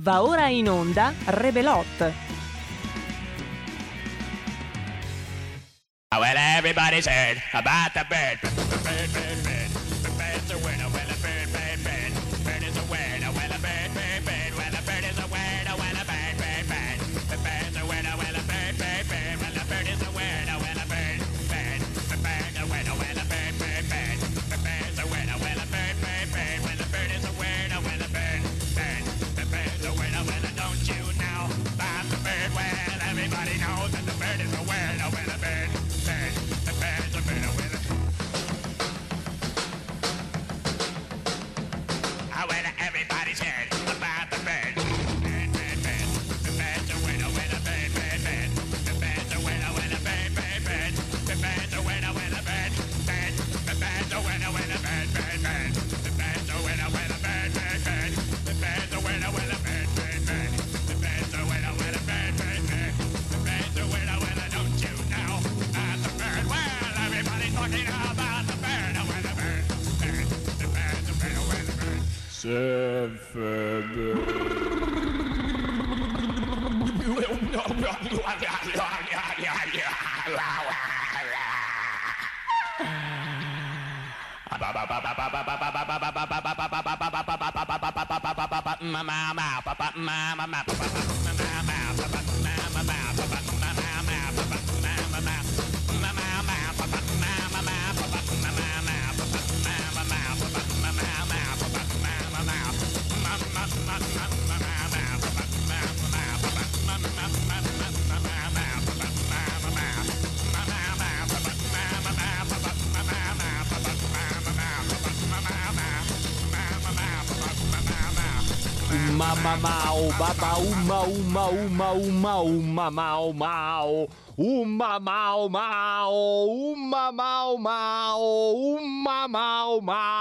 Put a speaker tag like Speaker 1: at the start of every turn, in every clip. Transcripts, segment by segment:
Speaker 1: Va ora in onda Rebelot.
Speaker 2: Well, everybody's heard about the bird. Bird, bird, bird. The bird's a winner. Well, a bird, bird, bird. Bird is a winner. Well, a bird, bird, bird. Well, a bird is a winner. Well, a bird, bird, bird. The bird's a winner. Well, a bird, bird, bird. Well, a bird is a winner. Well, a bird, bird. The bird's a winner. Well, a bird, bird, bird. The bird's a winner. Well, a bird, bird, bird. Well, a bird is a winner. Well, a bird, bird. The bird's a winner. Well, don't you know about the bird? Well, everybody knows that the bird is a winner. Well, a bird. Everybody's heard about the bird. Bird, bird, bird. The bird's a winner with a bird, bird, bird. The bird's a winner with a bird, bird, bird. The bird's a winner with a bird, bird. The bird's a winner with a bird, bird, bird. The bird's a winner with a bird, bird, bird. The bird's a winner with a bird, bird, bird. The bird's a winner with a bird, bird, bird. The bird's a winner with a don't you know about the bird? Well, everybody's talking about the bird, with a bird, bird. The bird's a winner with a bird.
Speaker 3: Mamma mao, baba umma umma umma umma umma mao mao, umma mao mao, umma mao mao, umma mao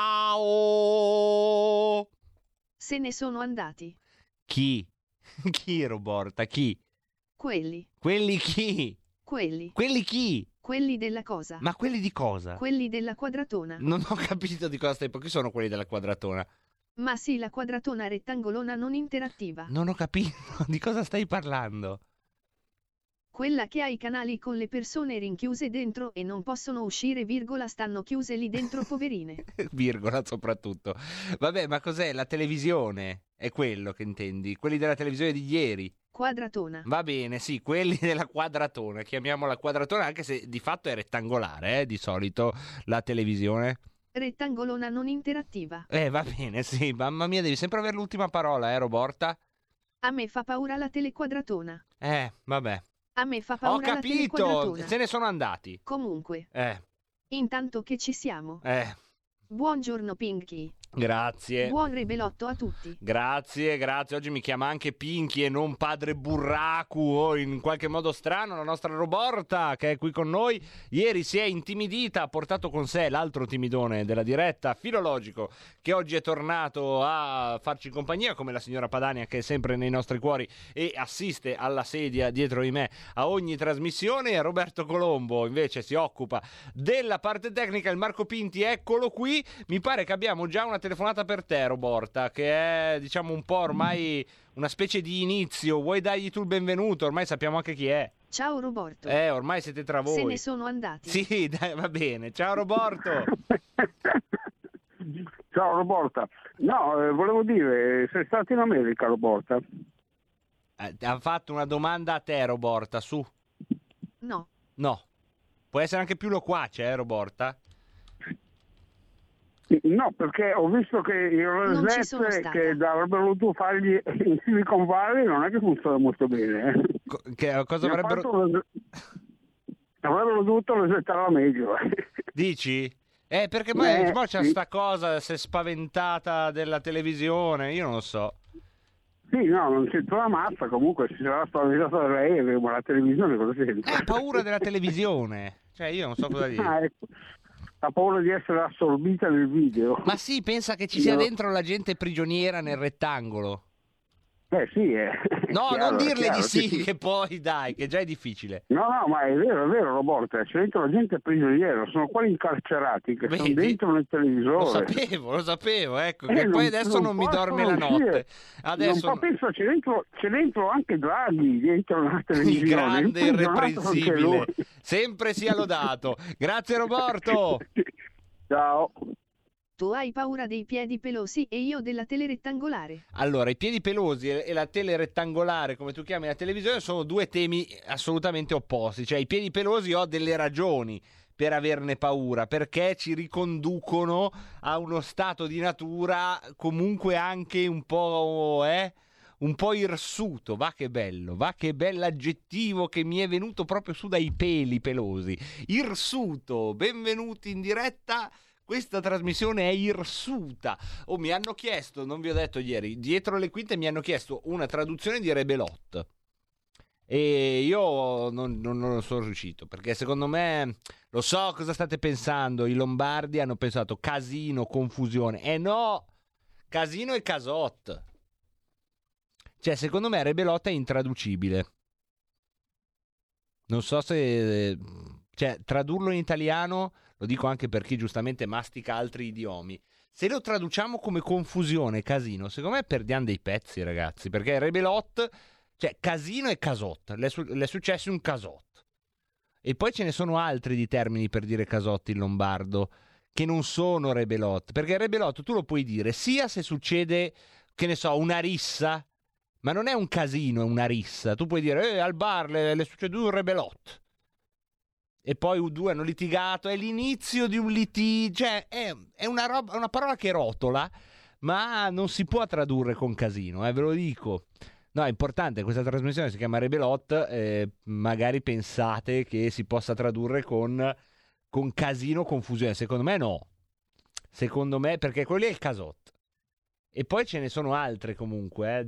Speaker 3: mao.
Speaker 4: Se ne sono andati.
Speaker 3: Chi? Chi, Roborta? Chi?
Speaker 4: Quelli.
Speaker 3: Quelli chi?
Speaker 4: Quelli.
Speaker 3: Quelli chi?
Speaker 4: Quelli della cosa.
Speaker 3: Ma quelli di cosa?
Speaker 4: Quelli della quadratona.
Speaker 3: Non ho capito di cosa stai parlando. Chi sono quelli della quadratona?
Speaker 4: Ma sì, la quadratona rettangolona non interattiva.
Speaker 3: Non ho capito di cosa stai parlando.
Speaker 4: Quella che ha i canali con le persone rinchiuse dentro e non possono uscire, virgola, stanno chiuse lì dentro, poverine.
Speaker 3: Virgola soprattutto. Vabbè, ma cos'è? La televisione? È quello che intendi? Quelli della televisione di ieri?
Speaker 4: Quadratona.
Speaker 3: Va bene, sì, quelli della quadratona. Chiamiamola quadratona anche se di fatto è rettangolare, di solito, la televisione.
Speaker 4: Rettangolona non interattiva.
Speaker 3: Va bene, sì, mamma mia, devi sempre avere l'ultima parola, Roborta?
Speaker 4: A me fa paura la telequadratona.
Speaker 3: Vabbè.
Speaker 4: A me fa
Speaker 3: Ho
Speaker 4: paura la
Speaker 3: capito,
Speaker 4: telequadratona.
Speaker 3: se ne sono andati.
Speaker 4: Comunque. Intanto che ci siamo. Buongiorno Pinky.
Speaker 3: Grazie.
Speaker 4: Buon rebelotto a tutti.
Speaker 3: Grazie. Oggi mi chiama anche Pinky e non padre Burracu, o in qualche modo strano la nostra Roborta che è qui con noi. Ieri si è intimidita, ha portato con sé l'altro timidone della diretta, Filologico, che oggi è tornato a farci compagnia, come la signora Padania che è sempre nei nostri cuori e assiste alla sedia dietro di me a ogni trasmissione. E Roberto Colombo invece si occupa della parte tecnica. Il Marco Pinti, eccolo qui. Mi pare che abbiamo già una telefonata per te, Roborta, che è, diciamo, un po' ormai una specie di inizio. Vuoi dargli tu il benvenuto? Ormai sappiamo anche chi è.
Speaker 4: Ciao Roborto.
Speaker 3: Ormai siete tra voi.
Speaker 4: Se ne sono andati.
Speaker 3: Sì, dai, va bene. Ciao Roborto.
Speaker 5: Ciao Roborta. No, volevo dire, sei stato in America, Roborta?
Speaker 3: Ha fatto una domanda a te, Roborta, su.
Speaker 4: No.
Speaker 3: Può essere anche più loquace, Roborta?
Speaker 5: No, perché ho visto che il reset che avrebbero voluto fargli in Silicon Valley non è che funziona molto bene.
Speaker 3: Cosa avrebbero...
Speaker 5: Avrebbero dovuto resettarla meglio.
Speaker 3: Dici? Perché mo c'è sta cosa, si è spaventata della televisione, io non lo so.
Speaker 5: Sì, no, non c'entra la mazza, comunque si sarà spaventata lei, ma la televisione cosa c'entra?
Speaker 3: Ha paura della televisione, cioè io non so cosa dire.
Speaker 5: Ecco. Ha paura di essere assorbita nel video.
Speaker 3: Ma sì, pensa che ci sia dentro la gente prigioniera nel rettangolo.
Speaker 5: Sì,
Speaker 3: No,
Speaker 5: chiaro,
Speaker 3: non dirle
Speaker 5: chiaro,
Speaker 3: di sì,
Speaker 5: sì.
Speaker 3: che poi dai, che già è difficile.
Speaker 5: No, ma è vero, Roborta, c'è dentro la gente prigioniera, sono quelli incarcerati che sono
Speaker 3: Vedi?
Speaker 5: dentro nel televisore.
Speaker 3: Lo sapevo, ecco, che poi adesso non mi dorme la
Speaker 5: uscire.
Speaker 3: notte. Adesso
Speaker 5: Non penso, c'è dentro anche Draghi, dentro la
Speaker 3: il
Speaker 5: televisione.
Speaker 3: grande irreprensibile, sempre sia lodato. Grazie Roberto.
Speaker 5: Ciao.
Speaker 4: Tu hai paura dei piedi pelosi e io della tele rettangolare.
Speaker 3: Allora, i piedi pelosi e la tele rettangolare, come tu chiami la televisione, sono due temi assolutamente opposti. Cioè, i piedi pelosi ho delle ragioni per averne paura, perché ci riconducono a uno stato di natura comunque anche un po' irsuto. Va che bell'aggettivo che mi è venuto proprio su dai peli pelosi. Irsuto, benvenuti in diretta. Questa trasmissione è irsuta. Mi hanno chiesto, non vi ho detto ieri, dietro le quinte mi hanno chiesto una traduzione di Rebelot. E io non sono riuscito, perché secondo me, lo so cosa state pensando, i lombardi hanno pensato casino, confusione. No, casino e casot. Cioè, secondo me Rebelot è intraducibile. Non so se... Cioè, tradurlo in italiano, lo dico anche per chi giustamente mastica altri idiomi, se lo traduciamo come confusione, casino, secondo me perdiamo dei pezzi, ragazzi, perché Rebelot, cioè casino e casot, le è successo un casot. E poi ce ne sono altri di termini per dire casot in lombardo, che non sono Rebelot, perché Rebelot tu lo puoi dire sia se succede, che ne so, una rissa, ma non è un casino, è una rissa. Tu puoi dire, al bar le succede un Rebelot. E poi due hanno litigato, è l'inizio di un litigio, cioè è una parola che rotola, ma non si può tradurre con casino, ve lo dico. No, è importante, questa trasmissione si chiama Rebelot, magari pensate che si possa tradurre con casino, confusione. Secondo me no. Secondo me, perché quello è il casot. E poi ce ne sono altre comunque,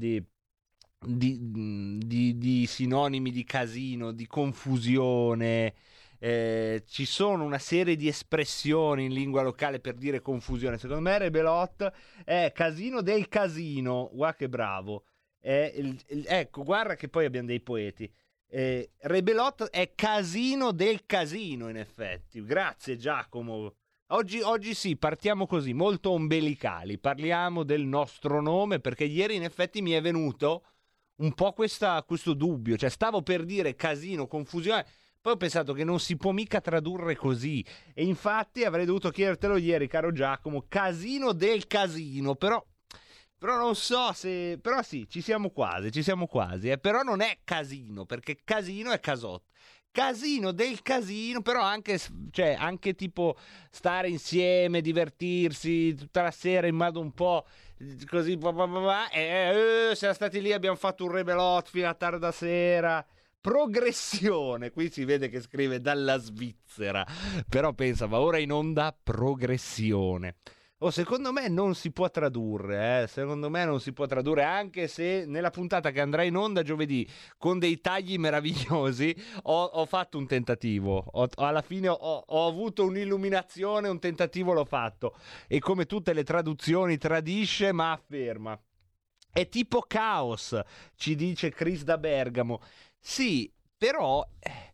Speaker 3: di sinonimi di casino, di confusione. Ci sono una serie di espressioni in lingua locale per dire confusione. Secondo me Rebelot è casino del casino. Guarda che bravo. Ecco, guarda che poi abbiamo dei poeti. Rebelot è casino del casino, in effetti. Grazie Giacomo. Oggi sì, partiamo così, molto ombelicali. Parliamo del nostro nome, perché ieri in effetti mi è venuto un po' questo dubbio. Cioè, stavo per dire casino, confusione, poi ho pensato che non si può mica tradurre così. E infatti avrei dovuto chiedertelo ieri, caro Giacomo, casino del casino. Però non so se... Però sì, ci siamo quasi. Però non è casino, perché casino è casot. Casino del casino, però anche tipo stare insieme, divertirsi tutta la sera in modo un po' così, siamo stati lì, abbiamo fatto un Rebelot fino a tarda sera. Progressione, qui si vede che scrive dalla Svizzera, però pensa, va ora in onda progressione. Secondo me non si può tradurre, secondo me non si può tradurre, anche se nella puntata che andrà in onda giovedì con dei tagli meravigliosi ho fatto un tentativo, alla fine ho avuto un'illuminazione, un tentativo l'ho fatto, e come tutte le traduzioni tradisce ma afferma. È tipo caos, ci dice Chris da Bergamo. Sì, però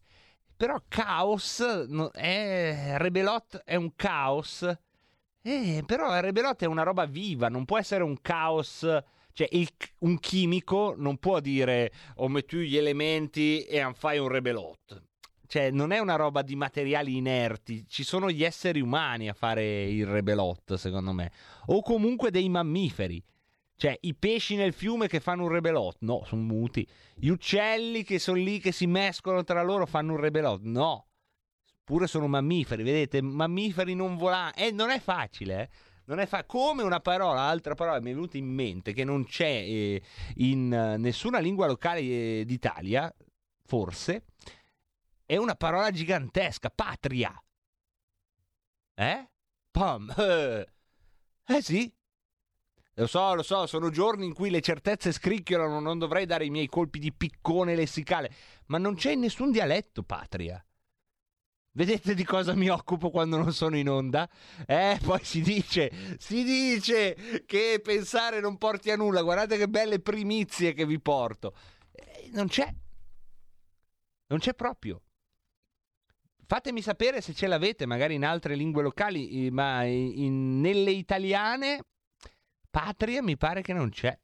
Speaker 3: caos Rebelot è un caos. Però il Rebelot è una roba viva, non può essere un caos. Cioè, un chimico non può dire metti gli elementi e fai un Rebelot. Cioè, non è una roba di materiali inerti, ci sono gli esseri umani a fare il Rebelot, secondo me. O comunque dei mammiferi. Cioè, i pesci nel fiume che fanno un Rebelot, no, sono muti. Gli uccelli che sono lì, che si mescolano tra loro, fanno un Rebelot, no. Pure sono mammiferi, vedete? Mammiferi non volanti. Non è facile, Non è come una parola, altra parola mi è venuta in mente, che non c'è in nessuna lingua locale d'Italia, forse. È una parola gigantesca, patria. Sì. Lo so, sono giorni in cui le certezze scricchiolano, non dovrei dare i miei colpi di piccone lessicale, ma non c'è in nessun dialetto patria. Vedete di cosa mi occupo quando non sono in onda? Poi si dice che pensare non porti a nulla. Guardate che belle primizie che vi porto. Non c'è proprio. Fatemi sapere se ce l'avete, magari in altre lingue locali, ma nelle italiane patria mi pare che non c'è.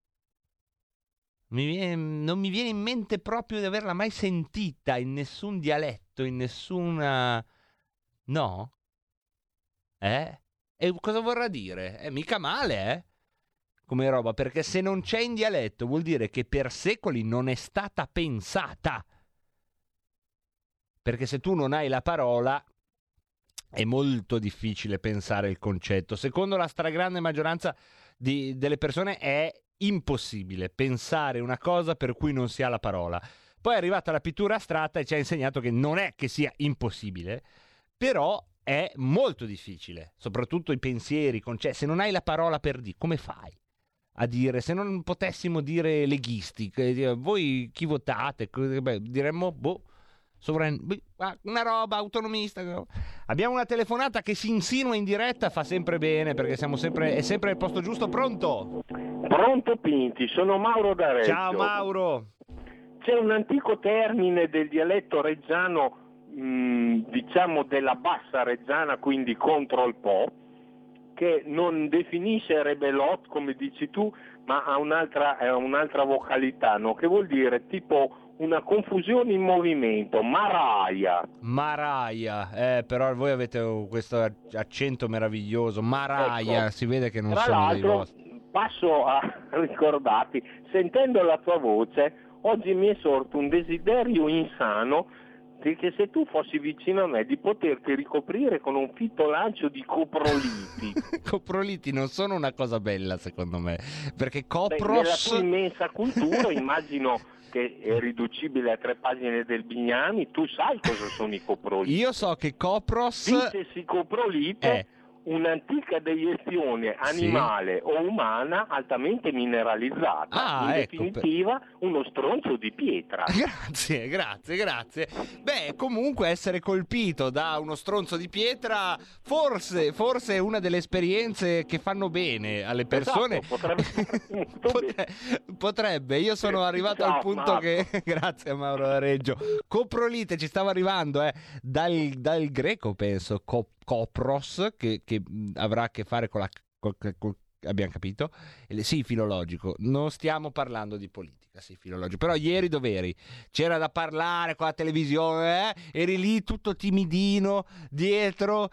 Speaker 3: Non mi viene in mente proprio di averla mai sentita in nessun dialetto, in nessuna... No? E cosa vorrà dire? Mica male, come roba, perché se non c'è in dialetto vuol dire che per secoli non è stata pensata. Perché se tu non hai la parola è molto difficile pensare il concetto. Secondo la stragrande maggioranza delle persone è impossibile pensare una cosa per cui non si ha la parola. Poi è arrivata la pittura astratta e ci ha insegnato che non è che sia impossibile, però è molto difficile, soprattutto i pensieri, se non hai la parola per dire, come fai a dire? Se non potessimo dire leghisti, voi chi votate? Diremmo una roba autonomista. Abbiamo una telefonata che si insinua in diretta, fa sempre bene perché è sempre al posto giusto. Pronto
Speaker 6: Pinti, sono Mauro da Reggio.
Speaker 3: Ciao Mauro.
Speaker 6: C'è un antico termine del dialetto reggiano, diciamo della bassa reggiana, quindi contro il Po, che non definisce rebelot come dici tu, ma ha un'altra vocalità, no? Che vuol dire tipo una confusione in movimento, Maraia,
Speaker 3: però voi avete questo accento meraviglioso, Maraia,
Speaker 6: ecco.
Speaker 3: si vede che non
Speaker 6: Tra
Speaker 3: sono dei
Speaker 6: l'altro,
Speaker 3: vostri.
Speaker 6: passo a ricordarti, sentendo la tua voce, oggi mi è sorto un desiderio insano che se tu fossi vicino a me di poterti ricoprire con un fitto lancio di coproliti.
Speaker 3: Coproliti non sono una cosa bella secondo me, perché
Speaker 6: Nella tua immensa cultura immagino che è riducibile a 3 pagine del Bignami, tu sai cosa sono i coproliti.
Speaker 3: Io so che copros...
Speaker 6: Dicesi coprolite, un'antica deiezione animale o umana altamente mineralizzata, in definitiva uno stronzo di pietra.
Speaker 3: Grazie. Beh, comunque essere colpito da uno stronzo di pietra forse è una delle esperienze che fanno bene alle persone.
Speaker 6: Esatto,
Speaker 3: potrebbe. Io sono arrivato al punto che grazie a Mauro da Reggio. Coprolite ci stava arrivando dal greco, penso, Copros, che avrà a che fare con abbiamo capito? Sì, filologico. Non stiamo parlando di politica, sì, filologico. Però ieri dov'eri? C'era da parlare con la televisione, eri lì tutto timidino, dietro,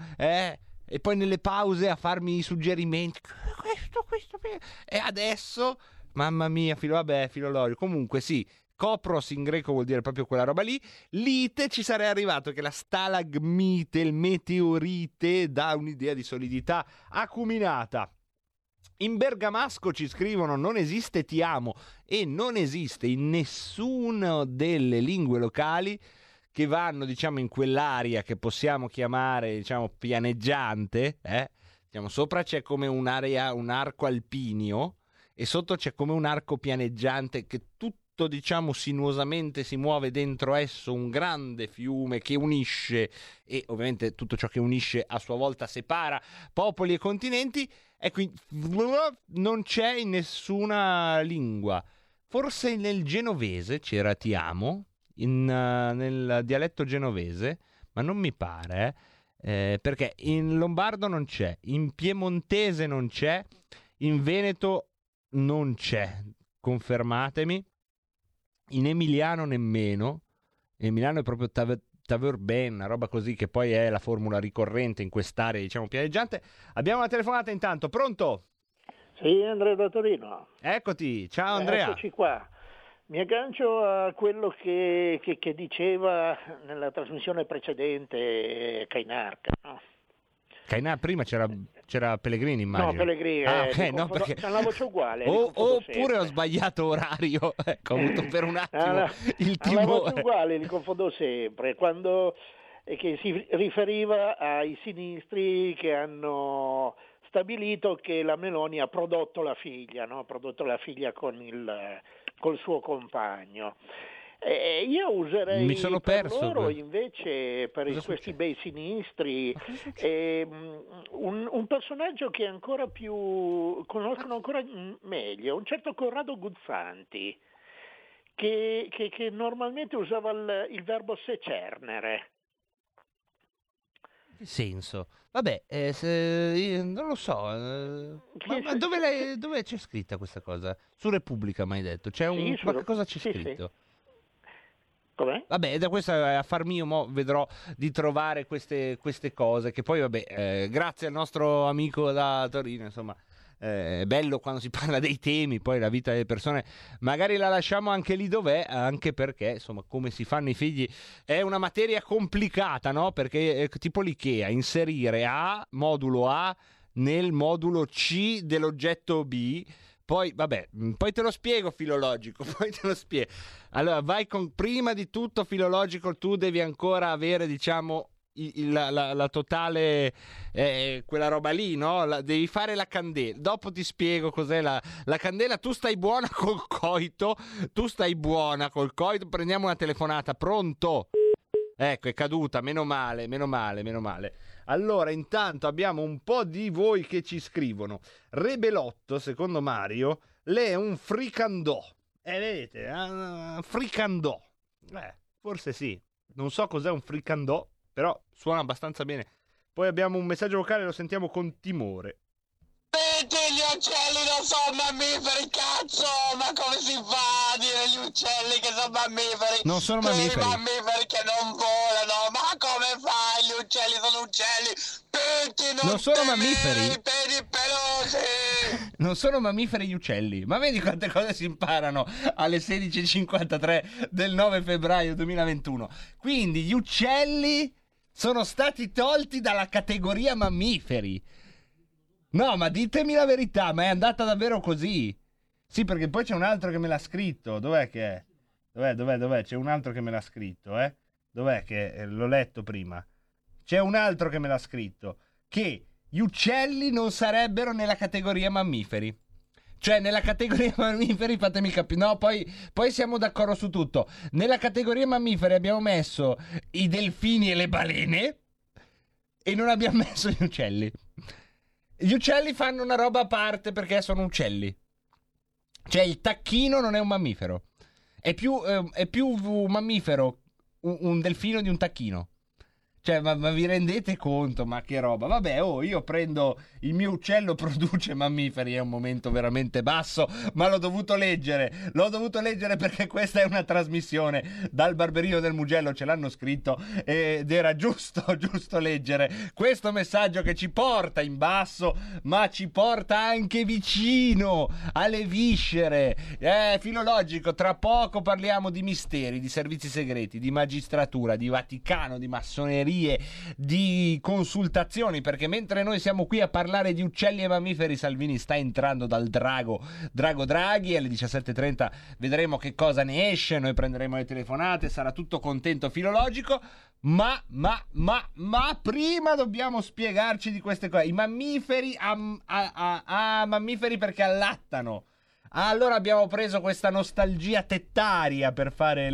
Speaker 3: e poi nelle pause a farmi i suggerimenti. Questo. E adesso, mamma mia, filologico. Comunque sì, Copros in greco vuol dire proprio quella roba lì. Lite ci sarei arrivato, che la stalagmite, il meteorite, dà un'idea di solidità acuminata. In bergamasco ci scrivono: non esiste ti amo, e non esiste in nessuna delle lingue locali che vanno, diciamo, in quell'area che possiamo chiamare, diciamo, pianeggiante, diciamo, sopra c'è come un'area, un arco alpinio, e sotto c'è come un arco pianeggiante che tutto, diciamo, sinuosamente si muove dentro esso un grande fiume che unisce, e ovviamente tutto ciò che unisce a sua volta separa popoli e continenti. Ecco, non c'è in nessuna lingua. Forse nel genovese c'era ti amo, nel dialetto genovese, ma non mi pare, perché in lombardo non c'è, in piemontese non c'è, in veneto non c'è, confermatemi. In emiliano nemmeno. In emiliano è proprio taverben, una roba così, che poi è la formula ricorrente in quest'area, diciamo, pianeggiante. Abbiamo una telefonata intanto. Pronto?
Speaker 7: Sì, Andrea da Torino.
Speaker 3: Eccoti, ciao Andrea.
Speaker 7: Eccoci qua. Mi aggancio a quello che diceva nella trasmissione precedente Cainarca, no?
Speaker 3: Prima c'era Pellegrini, immagino.
Speaker 7: No, Pellegrini.
Speaker 3: Perché...
Speaker 7: c'è una voce uguale.
Speaker 3: Oppure ho sbagliato orario. Ecco, ho avuto per un attimo il timore.
Speaker 7: La voce uguale, li confondo sempre. Quando che si riferiva ai sinistri che hanno stabilito che la Meloni ha prodotto la figlia, no? Ha prodotto la figlia col suo compagno. Io userei
Speaker 3: Mi sono
Speaker 7: per
Speaker 3: perso.
Speaker 7: loro invece, per
Speaker 3: Cosa
Speaker 7: questi
Speaker 3: succede?
Speaker 7: bei sinistri, un personaggio che ancora più conoscono ancora meglio, un certo Corrado Guzzanti, che normalmente usava il verbo secernere.
Speaker 3: Che senso? Vabbè, non lo so. Ma dove c'è scritta questa cosa? Su Repubblica, mi hai detto. Qualcosa c'è scritto.
Speaker 7: Com'è?
Speaker 3: Vabbè, da questo è affar mio, mo vedrò di trovare queste cose. Che poi, vabbè, grazie al nostro amico da Torino, insomma. È bello quando si parla dei temi, poi la vita delle persone magari la lasciamo anche lì dov'è, anche perché insomma come si fanno i figli è una materia complicata, no? Perché tipo l'IKEA, inserire modulo A nel modulo C dell'oggetto B. Poi, vabbè, poi te lo spiego filologico, poi te lo spiego. Allora, prima di tutto filologico, tu devi ancora avere, diciamo, la totale quella roba lì, no? Devi fare la candela. Dopo ti spiego cos'è la candela. Tu stai buona col coito. Prendiamo una telefonata. Pronto? Ecco, è caduta. Meno male. Allora, intanto abbiamo un po' di voi che ci scrivono. Rebelotto, secondo Mario, lei è un fricandò. Vedete? Fricandò. Forse sì. Non so cos'è un fricandò, però suona abbastanza bene. Poi abbiamo un messaggio vocale, lo sentiamo con timore.
Speaker 8: Senti, gli uccelli non sono mammiferi, cazzo! Ma come si fa a dire gli uccelli che sono mammiferi?
Speaker 3: Non sono mammiferi.
Speaker 8: I mammiferi che non volano, ma come fai? Gli uccelli sono uccelli.
Speaker 3: Non sono mammiferi.
Speaker 8: I peli pelosi.
Speaker 3: Non sono mammiferi gli uccelli. Ma vedi quante cose si imparano alle 16:53 del 9 febbraio 2021. Quindi gli uccelli sono stati tolti dalla categoria mammiferi. No, ma ditemi la verità, ma è andata davvero così? Sì, perché poi c'è un altro che me l'ha scritto. Dov'è che è? Dov'è? C'è un altro che me l'ha scritto, eh? Dov'è che l'ho letto prima? C'è un altro che me l'ha scritto. Che gli uccelli non sarebbero nella categoria mammiferi. Cioè, nella categoria mammiferi, fatemi capire. No, poi siamo d'accordo su tutto. Nella categoria mammiferi abbiamo messo i delfini e le balene e non abbiamo messo gli uccelli. Gli uccelli fanno una roba a parte perché sono uccelli. Cioè, il tacchino non è un mammifero. È più mammifero un delfino di un tacchino. Cioè, ma vi rendete conto? Ma che roba. Vabbè, io prendo il mio uccello, produce mammiferi. È un momento veramente basso, ma l'ho dovuto leggere perché questa è una trasmissione dal Barberino del Mugello, ce l'hanno scritto ed era giusto leggere questo messaggio che ci porta in basso, ma ci porta anche vicino alle viscere. Filologico, tra poco parliamo di misteri, di servizi segreti, di magistratura, di Vaticano, di massoneria, di consultazioni, perché mentre noi siamo qui a parlare di uccelli e mammiferi, Salvini sta entrando dal Drago Draghi. Alle 17:30 vedremo che cosa ne esce, noi prenderemo le telefonate, sarà tutto contento filologico, ma prima dobbiamo spiegarci di queste cose. I mammiferi mammiferi perché allattano. Allora abbiamo preso questa nostalgia tettaria per fare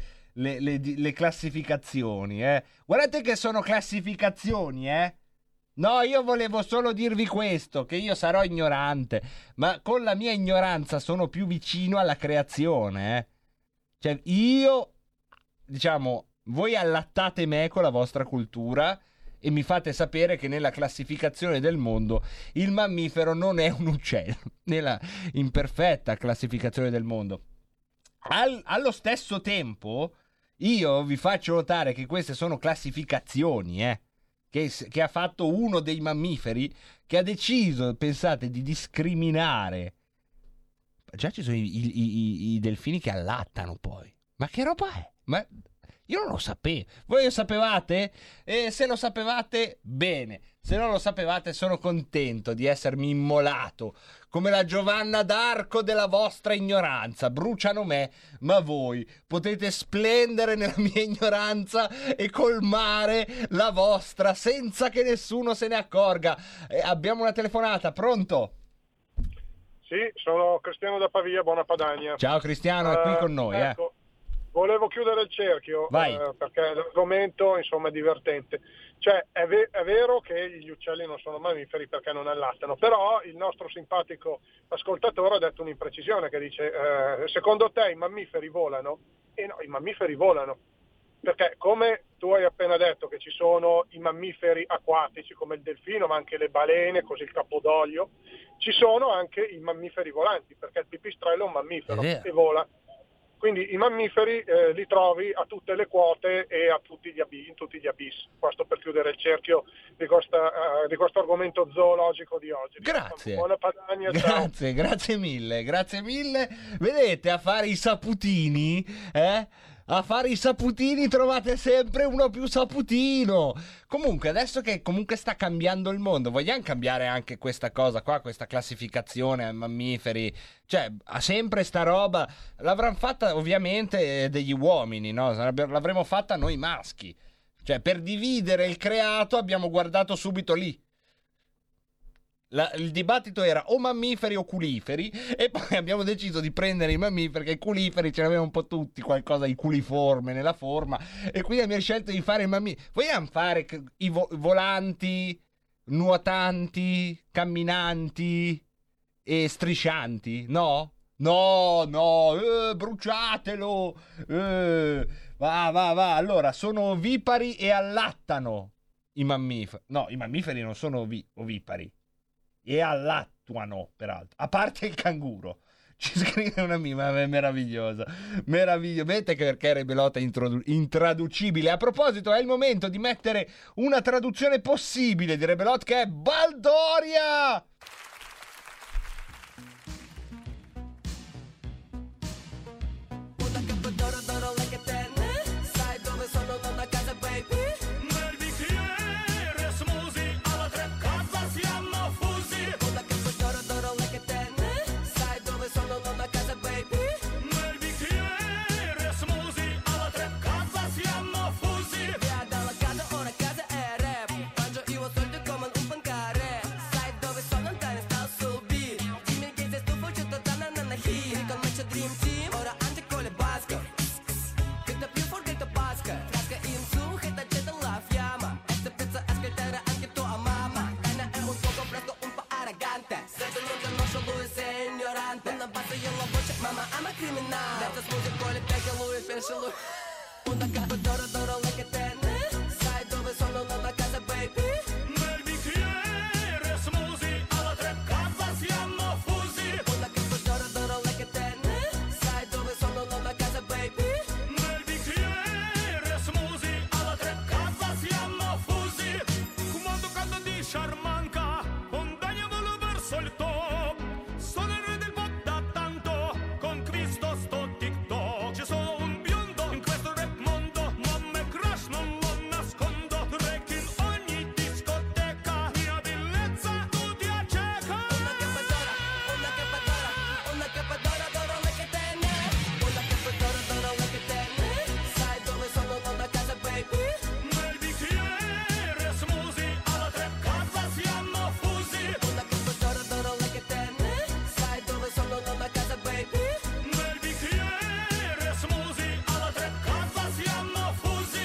Speaker 3: le classificazioni, Guardate che sono classificazioni, No, io volevo solo dirvi questo, che io sarò ignorante, ma con la mia ignoranza sono più vicino alla creazione, Cioè, io, diciamo, voi allattate me con la vostra cultura e mi fate sapere che nella classificazione del mondo il mammifero non è un uccello, nella imperfetta classificazione del mondo. Allo stesso tempo, io vi faccio notare che queste sono classificazioni, che ha fatto uno dei mammiferi che ha deciso, pensate, di discriminare. Già ci sono i delfini che allattano poi. Ma che roba è? Ma io non lo sapevo. Voi lo sapevate? E se lo sapevate, bene. Se non lo sapevate, sono contento di essermi immolato come la Giovanna d'Arco della vostra ignoranza. Bruciano me, ma voi potete splendere nella mia ignoranza e colmare la vostra senza che nessuno se ne accorga. Abbiamo una telefonata, pronto?
Speaker 9: Sì, sono Cristiano da Pavia, buona Padania.
Speaker 3: Ciao Cristiano, è qui con noi.
Speaker 9: Ecco, volevo chiudere il cerchio perché l'argomento insomma è divertente. Cioè è vero che gli uccelli non sono mammiferi perché non allattano, però il nostro simpatico ascoltatore ha detto un'imprecisione che dice secondo te i mammiferi volano? E no, i mammiferi volano, perché come tu hai appena detto che ci sono i mammiferi acquatici come il delfino, ma anche le balene, così il capodoglio, ci sono anche i mammiferi volanti, perché il pipistrello è un mammifero e vola. Quindi i mammiferi li trovi a tutte le quote e a in tutti gli abissi. Questo per chiudere il cerchio di questo argomento zoologico di oggi.
Speaker 3: Grazie.
Speaker 9: Buona Padania,
Speaker 3: grazie mille. Vedete, a fare i saputini, a fare i saputini trovate sempre uno più saputino. Comunque, adesso che comunque sta cambiando il mondo, vogliamo cambiare anche questa cosa qua, questa classificazione ai mammiferi? Cioè, ha sempre sta roba, l'avranno fatta ovviamente degli uomini, no? L'avremmo fatta noi maschi. Cioè, per dividere il creato abbiamo guardato subito lì. Il dibattito era o mammiferi o culiferi, e poi abbiamo deciso di prendere i mammiferi perché i culiferi ce l'avevano un po' tutti, qualcosa di culiforme nella forma, e quindi abbiamo scelto di fare i mammiferi. Vogliamo fare i volanti, nuotanti, camminanti e striscianti? No, bruciatelo, va. Allora, sono ovipari e allattano i mammiferi. No, i mammiferi non sono ovipari e allattuano, peraltro, a parte il canguro. Ci scrive una mima meravigliosa. Vedete che perché Rebelot è intraducibile. A proposito, è il momento di mettere una traduzione possibile di Rebelot, che è Baldoria. Una capa d'oro, d'oro, like a ten. Sai dove sono, nonna casa, baby. Nel bicchiere smusi, alla tre casa siamo fusi. Una capa d'oro, d'oro, like a ten. Sai dove sono, nonna casa, baby. Nel bicchiere smusi, alla tre casa siamo fusi. Comando caldo di Sciarmanca, un dagno verso il top. Sono il re del pop da tanto, conquisto sto TikTok. Ci sono un biondo in questo rap mondo, ma me crush non lo nascondo. Rec in ogni discoteca, mia bellezza tu ti acceca. Una capa d'oro, d'oro le che tenne. Una capa d'oro, d'oro le che tenne. Sai dove sono, nonna casa, baby. Nel bicchiere smusi, alla tre casa siamo fusi. Una capa d'oro, d'oro le che tenne. Sai dove sono, nonna casa, baby. Nel bicchiere smusi, alla tre casa siamo fusi.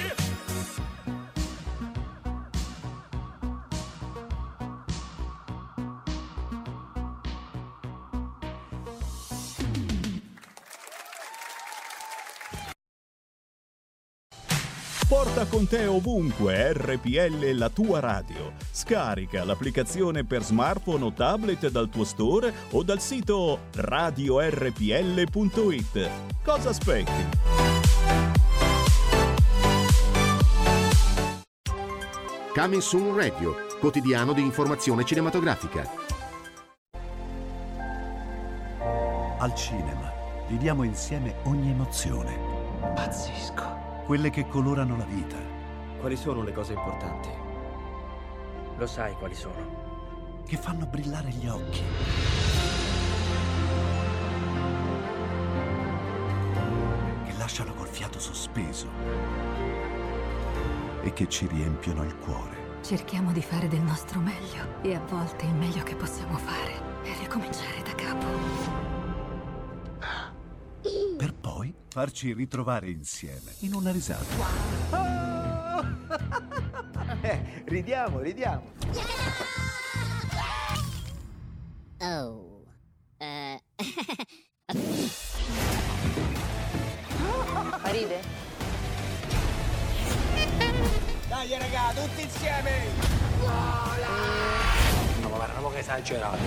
Speaker 10: Porta con te ovunque RPL, la tua radio. Scarica l'applicazione per smartphone o tablet dal tuo store o dal sito radiorpl.it. Cosa aspetti?
Speaker 11: Coming Soon Radio, quotidiano di informazione cinematografica.
Speaker 12: Al cinema viviamo insieme ogni emozione.
Speaker 13: Pazzesco.
Speaker 12: Quelle che colorano la vita.
Speaker 13: Quali sono le cose importanti? Lo sai quali sono?
Speaker 12: Che fanno brillare gli occhi. Che lasciano col fiato sospeso. E che ci riempiono il cuore.
Speaker 14: Cerchiamo di fare del nostro meglio. E a volte il meglio che possiamo fare è ricominciare da capo.
Speaker 12: per poi farci ritrovare insieme in una risata.
Speaker 15: Ridiamo.
Speaker 16: Oh.
Speaker 17: Ride?
Speaker 15: Dai raga, tutti insieme!
Speaker 13: No, ma guarda, che esagerato.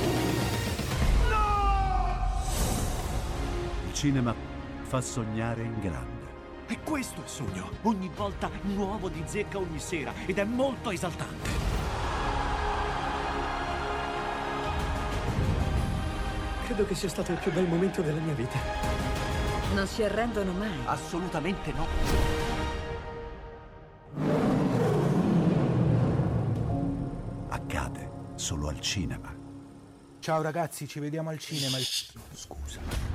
Speaker 12: Il cinema fa sognare in grande.
Speaker 18: E questo è il sogno. Ogni volta nuovo di zecca ogni sera ed è molto esaltante. Credo che sia stato il più bel momento della mia vita.
Speaker 14: Non si arrendono mai.
Speaker 18: Assolutamente no.
Speaker 12: Accade solo al cinema.
Speaker 19: Ciao ragazzi, ci vediamo al cinema. Scusa.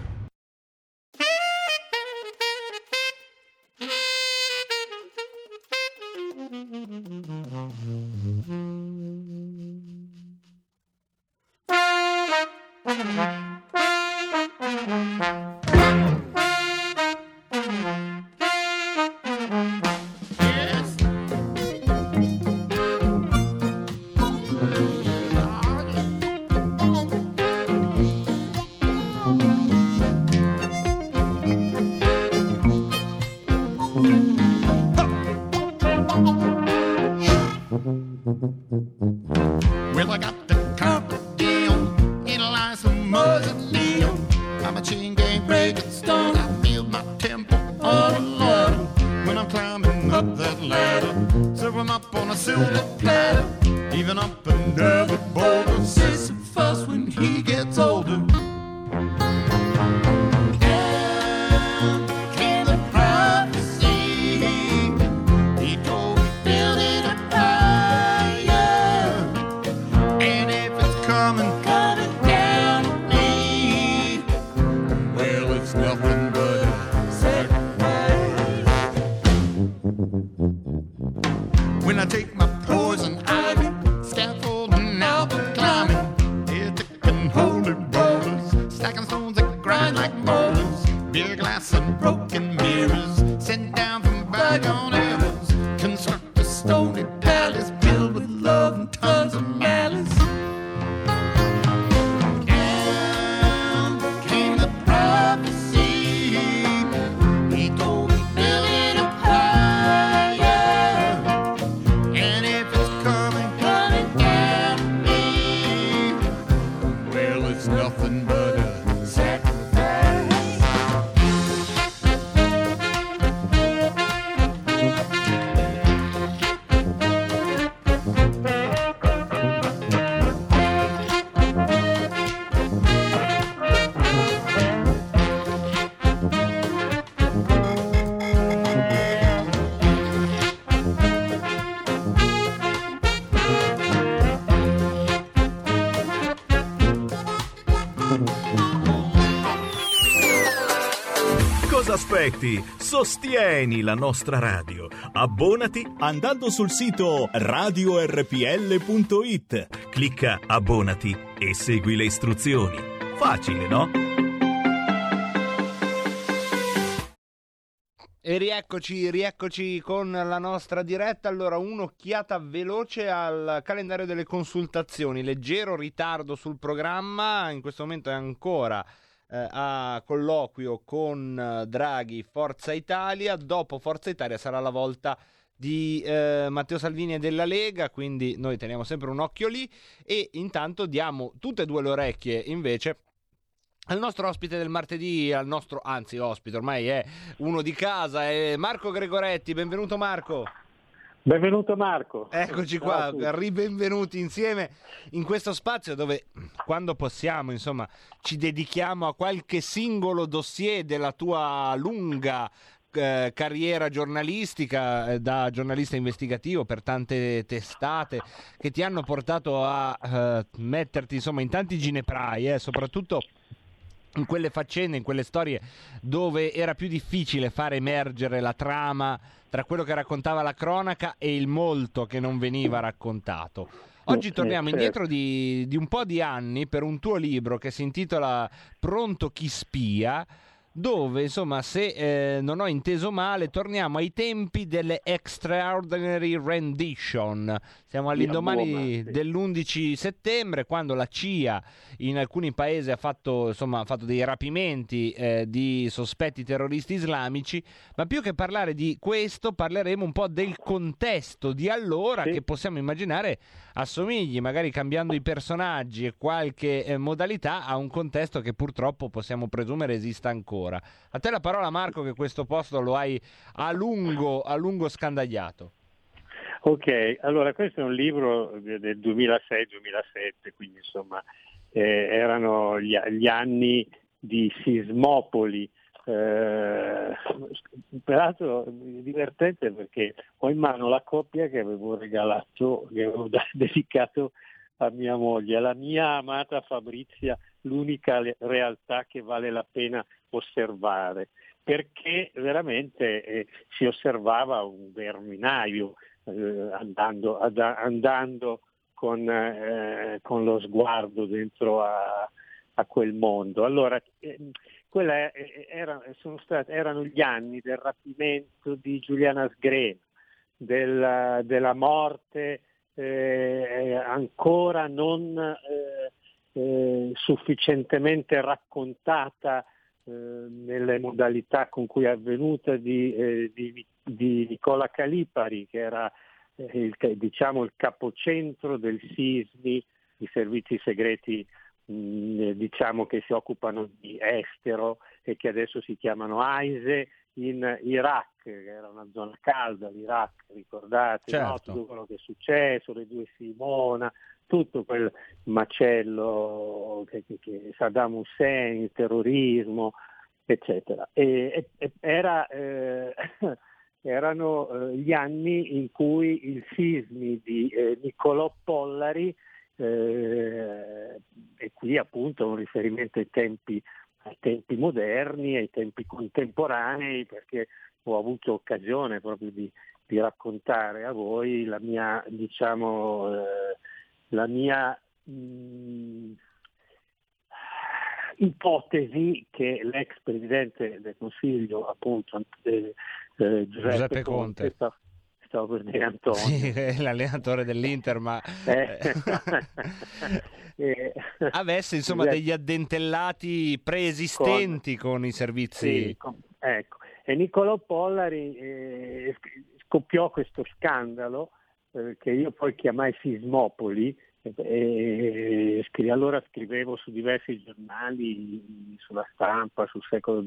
Speaker 2: Well, I got the carpet deal, in a line some mausoleum. I'm a chain gang breaking stone. I feel my tempo all alone when I'm climbing up that ladder. So I'm up on a silver platter, even up another boulder. Sisyphus when he gets older. When I take my poison ivy, scaffold and Albert climbing, thick and holy boulders, stacking stones that grind like molars, beer glass and broken mirrors, sent down from bygone eras, construct a stony palace filled with love and tons of malice.
Speaker 10: Cosa aspetti? Sostieni la nostra radio. Abbonati andando sul sito radiorpl.it. Clicca abbonati e segui le istruzioni. Facile, no?
Speaker 3: E rieccoci con la nostra diretta. Allora, un'occhiata veloce al calendario delle consultazioni. Leggero ritardo sul programma, in questo momento è ancora a colloquio con Draghi Forza Italia. Dopo Forza Italia sarà la volta di Matteo Salvini e della Lega, quindi noi teniamo sempre un occhio lì e intanto diamo tutte e due le orecchie invece al nostro ospite del martedì, ospite, ormai è uno di casa, è Marco Gregoretti. Benvenuto Marco.
Speaker 20: Benvenuto Marco.
Speaker 3: Eccoci qua, ribenvenuti insieme in questo spazio dove quando possiamo, insomma, ci dedichiamo a qualche singolo dossier della tua lunga carriera giornalistica, da giornalista investigativo per tante testate che ti hanno portato a metterti insomma in tanti gineprai, soprattutto in quelle faccende, in quelle storie dove era più difficile far emergere la trama tra quello che raccontava la cronaca e il molto che non veniva raccontato. Oggi torniamo indietro di un po' di anni per un tuo libro che si intitola Pronto chi spia, dove, insomma, se non ho inteso male, torniamo ai tempi delle Extraordinary Rendition. Siamo all'indomani dell'11 settembre, quando la CIA in alcuni paesi ha fatto dei rapimenti di sospetti terroristi islamici, ma più che parlare di questo parleremo un po' del contesto di allora, che possiamo immaginare assomigli, magari cambiando i personaggi e qualche modalità, a un contesto che purtroppo possiamo presumere esista ancora. A te la parola, Marco, che questo posto lo hai a lungo scandagliato.
Speaker 20: Ok, allora questo è un libro del 2006-2007, quindi insomma erano gli anni di Sismopoli. Peraltro divertente perché ho in mano la copia che avevo regalato, che avevo dedicato a mia moglie, alla mia amata Fabrizia, l'unica realtà che vale la pena osservare, perché veramente si osservava un verminaio andando con lo sguardo dentro a quel mondo. Allora, erano gli anni del rapimento di Julian Asgreen, della morte ancora non sufficientemente raccontata nelle modalità con cui è avvenuta di Nicola Calipari, che era il capocentro del SISMI, i servizi segreti che si occupano di estero e che adesso si chiamano AISE in Iraq, che era una zona calda, l'Iraq, ricordate,
Speaker 3: certo.
Speaker 20: No? Tutto quello che è successo, le due Simona, tutto quel macello che Saddam Hussein, il terrorismo, eccetera. Erano gli anni in cui il SISMI di Niccolò Pollari, e qui appunto un riferimento ai tempi moderni, ai tempi contemporanei, perché ho avuto occasione proprio di raccontare a voi la mia ipotesi che l'ex presidente del Consiglio, appunto Giuseppe Conte, stavo per dire Antonio.
Speaker 3: Sì, l'allenatore dell'Inter, ma avesse insomma degli addentellati preesistenti con i servizi.
Speaker 20: Sì, ecco. E Niccolò Pollari scoppiò questo scandalo che io poi chiamai Sismopoli. Allora scrivevo su diversi giornali, sulla Stampa, sul secolo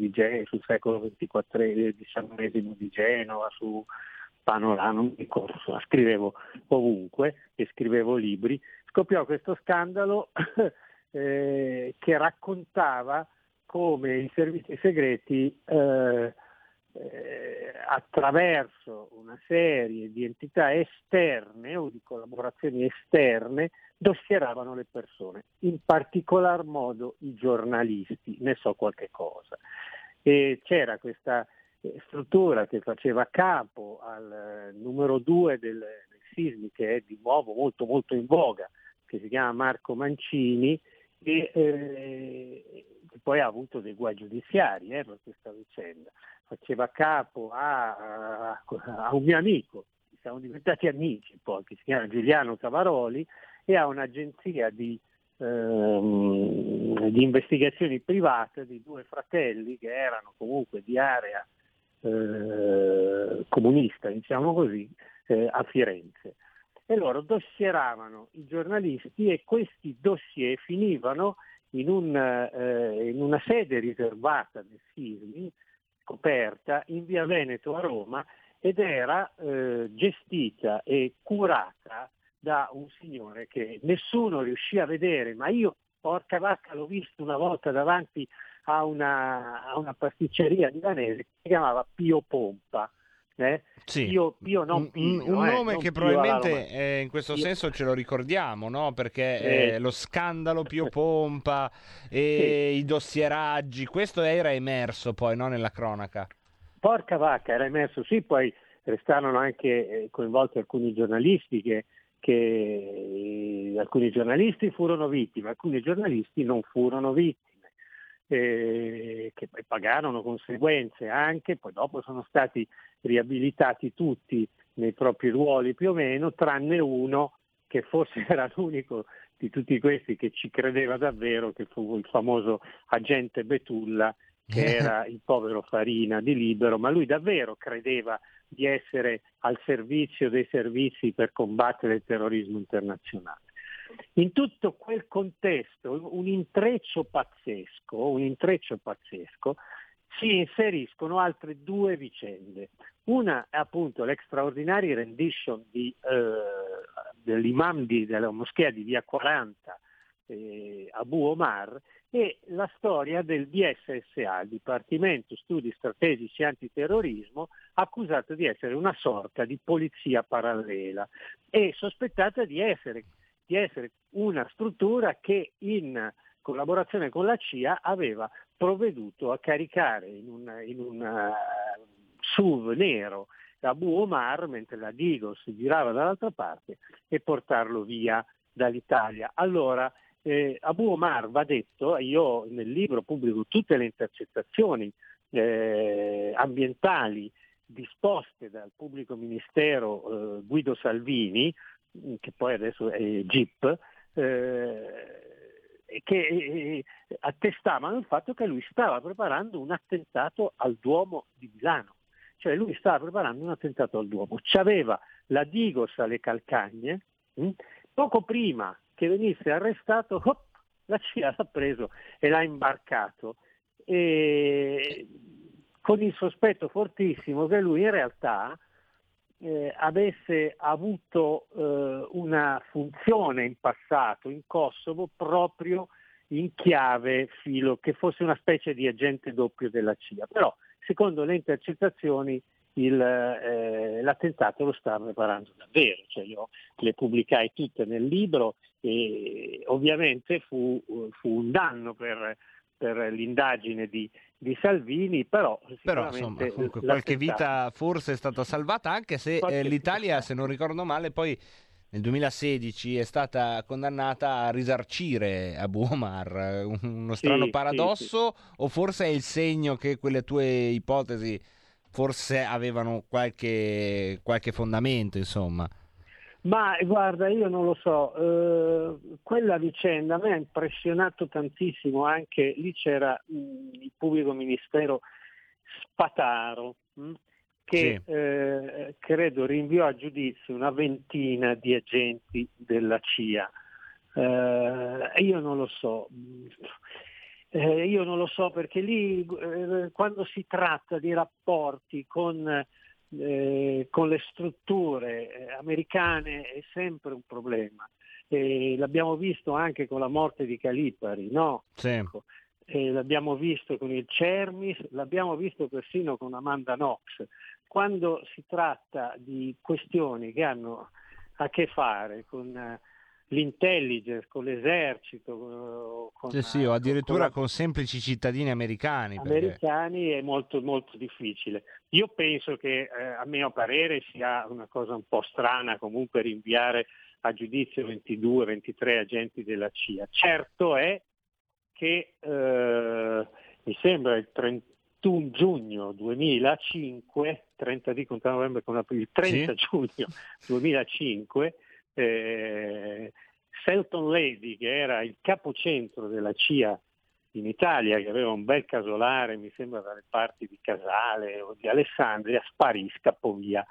Speaker 20: XIX di Genova, su Panorama, non mi ricordo, scrivevo ovunque e scrivevo libri. Scoppiò questo scandalo che raccontava come i servizi segreti attraverso una serie di entità esterne o di collaborazioni esterne dossieravano le persone, in particolar modo i giornalisti, ne so qualche cosa. E c'era questa struttura che faceva capo al numero 2 del SISMI, che è di nuovo molto molto in voga, che si chiama Marco Mancini, e poi ha avuto dei guai giudiziari per questa vicenda. Faceva capo a un mio amico, siamo diventati amici poi, che si chiama Giuliano Tavaroli, e a un'agenzia di investigazioni private di due fratelli che erano comunque di area comunista, diciamo così, a Firenze. E loro dossieravano i giornalisti e questi dossier finivano in una sede riservata del SISMI, coperta in via Veneto a Roma, ed era gestita e curata da un signore che nessuno riuscì a vedere, ma io, porca vacca, l'ho visto una volta davanti a una pasticceria milanese che si chiamava Pio Pompa.
Speaker 3: Sì.
Speaker 20: Pio non Pio,
Speaker 3: un nome
Speaker 20: non
Speaker 3: che
Speaker 20: Pio
Speaker 3: probabilmente in questo senso ce lo ricordiamo, no? Perché lo scandalo Pio Pompa e i dossieraggi, questo era emerso poi, no, nella cronaca.
Speaker 20: Porca vacca, era emerso, sì, poi restarono anche coinvolti alcuni giornalisti che alcuni giornalisti furono vittime, alcuni giornalisti non furono vittime. che poi pagarono conseguenze anche, poi dopo sono stati riabilitati tutti nei propri ruoli più o meno, tranne uno che forse era l'unico di tutti questi che ci credeva davvero, che fu il famoso agente Betulla, che era il povero Farina di Libero, ma lui davvero credeva di essere al servizio dei servizi per combattere il terrorismo internazionale. In tutto quel contesto, un intreccio pazzesco, si inseriscono altre due vicende. Una è appunto l'extraordinary rendition dell'imam della moschea di Via 40, Abu Omar, e la storia del DSSA, il Dipartimento Studi Strategici Antiterrorismo, accusato di essere una sorta di polizia parallela e sospettata di essere una struttura che in collaborazione con la CIA aveva provveduto a caricare in un SUV nero Abu Omar mentre la Digos si girava dall'altra parte e portarlo via dall'Italia. Allora, Abu Omar, va detto, io nel libro pubblico tutte le intercettazioni ambientali disposte dal pubblico ministero Guido Salvini, che poi adesso è GIP, che attestavano il fatto che lui stava preparando un attentato al Duomo di Milano. Cioè lui stava preparando un attentato al Duomo. C'aveva la Digos alle calcagne, poco prima che venisse arrestato, la CIA l'ha preso e l'ha imbarcato, e con il sospetto fortissimo che lui in realtà avesse avuto una funzione in passato in Kosovo proprio in chiave filo, che fosse una specie di agente doppio della CIA. Però secondo le intercettazioni l'attentato lo stava preparando davvero, cioè io le pubblicai tutte nel libro e ovviamente fu un danno per l'indagine di Salvini, però
Speaker 3: insomma, comunque qualche vita forse è stata salvata, anche se l'Italia, se non ricordo male, poi nel 2016 è stata condannata a risarcire Abu Omar. Uno strano paradosso, o forse è il segno che quelle tue ipotesi forse avevano qualche fondamento, insomma?
Speaker 20: Ma guarda, io non lo so, quella vicenda a me ha impressionato tantissimo, anche lì c'era il pubblico ministero Spataro, che credo rinviò a giudizio una ventina di agenti della CIA. Io non lo so. Perché lì quando si tratta di rapporti con le strutture americane è sempre un problema. L'abbiamo visto anche con la morte di Calipari, no?
Speaker 3: Sì.
Speaker 20: L'abbiamo visto con il Cermis, l'abbiamo visto persino con Amanda Knox. Quando si tratta di questioni che hanno a che fare con l'intelligence, con l'esercito,
Speaker 3: o addirittura con semplici cittadini americani.
Speaker 20: È molto molto difficile. Io penso che a mio parere sia una cosa un po' strana comunque rinviare a giudizio 22-23 agenti della CIA. Certo è che mi sembra il 31 giugno 2005, 30 giugno 2005, Selton Lady, che era il capocentro della CIA in Italia, che aveva un bel casolare, mi sembra dalle parti di Casale o di Alessandria, sparì, scappò via.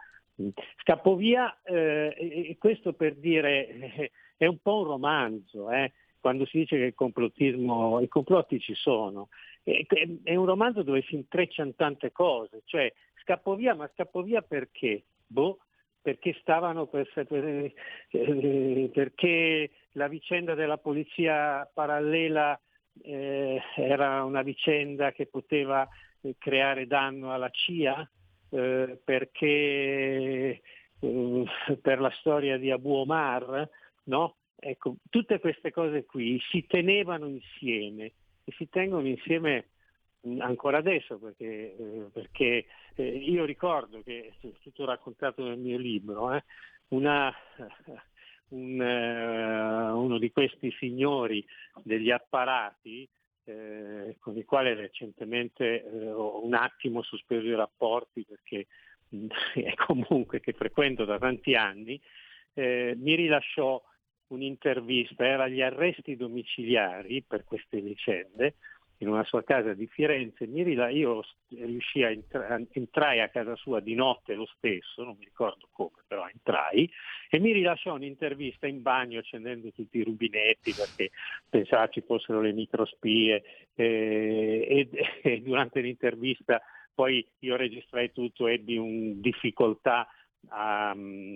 Speaker 20: E questo per dire, è un po' un romanzo, quando si dice che i complotti ci sono. È un romanzo dove si intrecciano tante cose, cioè scappò via perché? Perché perché la vicenda della polizia parallela era una vicenda che poteva creare danno alla CIA, perché per la storia di Abu Omar, no? Ecco, tutte queste cose qui si tenevano insieme e si tengono insieme ancora adesso, perché io ricordo che, è tutto raccontato nel mio libro, uno di questi signori degli apparati con il quale recentemente ho un attimo sospeso i rapporti perché è comunque che frequento da tanti anni, mi rilasciò un'intervista, era agli arresti domiciliari per queste vicende, in una sua casa di Firenze. Io riuscii entrai a casa sua di notte lo stesso, non mi ricordo come, però entrai, e mi rilasciò un'intervista in bagno accendendo tutti i rubinetti perché pensava ci fossero le microspie, e durante l'intervista poi io registrai tutto, ebbi difficoltà a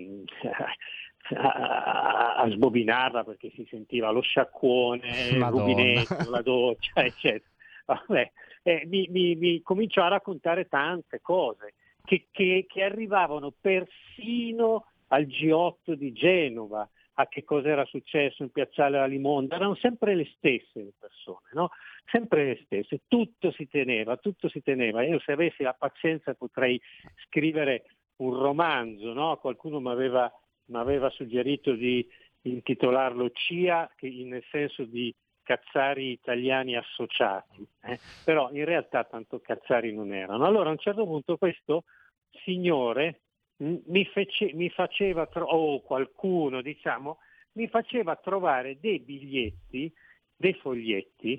Speaker 20: sbobinarla perché si sentiva lo sciacquone, il rubinetto, la doccia, eccetera. Vabbè, mi cominciò a raccontare tante cose che arrivavano persino al G8 di Genova, a che cosa era successo in Piazzale Alimonda. Erano sempre le stesse le persone, no? Sempre le stesse, tutto si teneva. Io se avessi la pazienza potrei scrivere un romanzo, no? Qualcuno mi aveva suggerito di intitolarlo CIA, nel senso di cazzari italiani associati, però in realtà tanto cazzari non erano. Allora a un certo punto questo signore mi faceva trovare dei biglietti, dei foglietti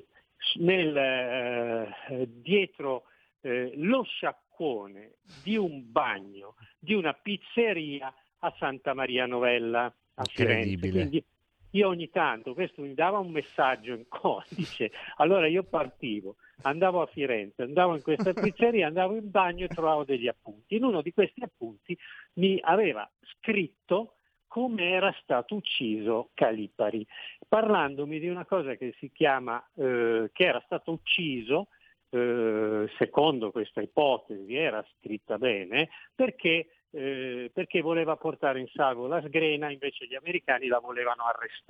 Speaker 20: dietro lo sciacquone di un bagno di una pizzeria a Santa Maria Novella a Firenze. Quindi io ogni tanto, questo mi dava un messaggio in codice, allora io partivo, andavo a Firenze, andavo in questa pizzeria, andavo in bagno e trovavo degli appunti. In uno di questi appunti mi aveva scritto come era stato ucciso Calipari, parlandomi di una cosa che si chiama, che era stato ucciso, secondo questa ipotesi, era scritta bene, perché voleva portare in salvo la sgrena, invece gli americani la volevano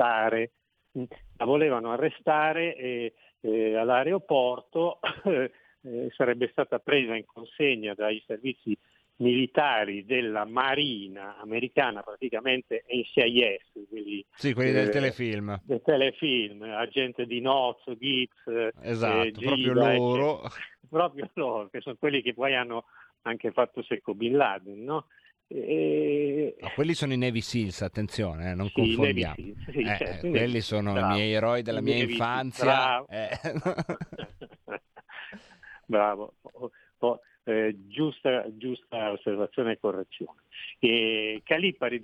Speaker 20: arrestare all'aeroporto, sarebbe stata presa in consegna dai servizi militari della Marina americana, praticamente NCIS,
Speaker 3: quelli del telefilm.
Speaker 20: Del telefilm, Agente di Nozzo, Gibbs,
Speaker 3: esatto, proprio loro.
Speaker 20: Proprio loro, che sono quelli che poi hanno anche fatto secco Bin Laden, no?
Speaker 3: No, quelli sono i Navy Seals, attenzione, non confondiamo.
Speaker 20: Certo,
Speaker 3: quelli sono i miei eroi della mia infanzia.
Speaker 20: Bravo. Giusta osservazione e correzione. Calipari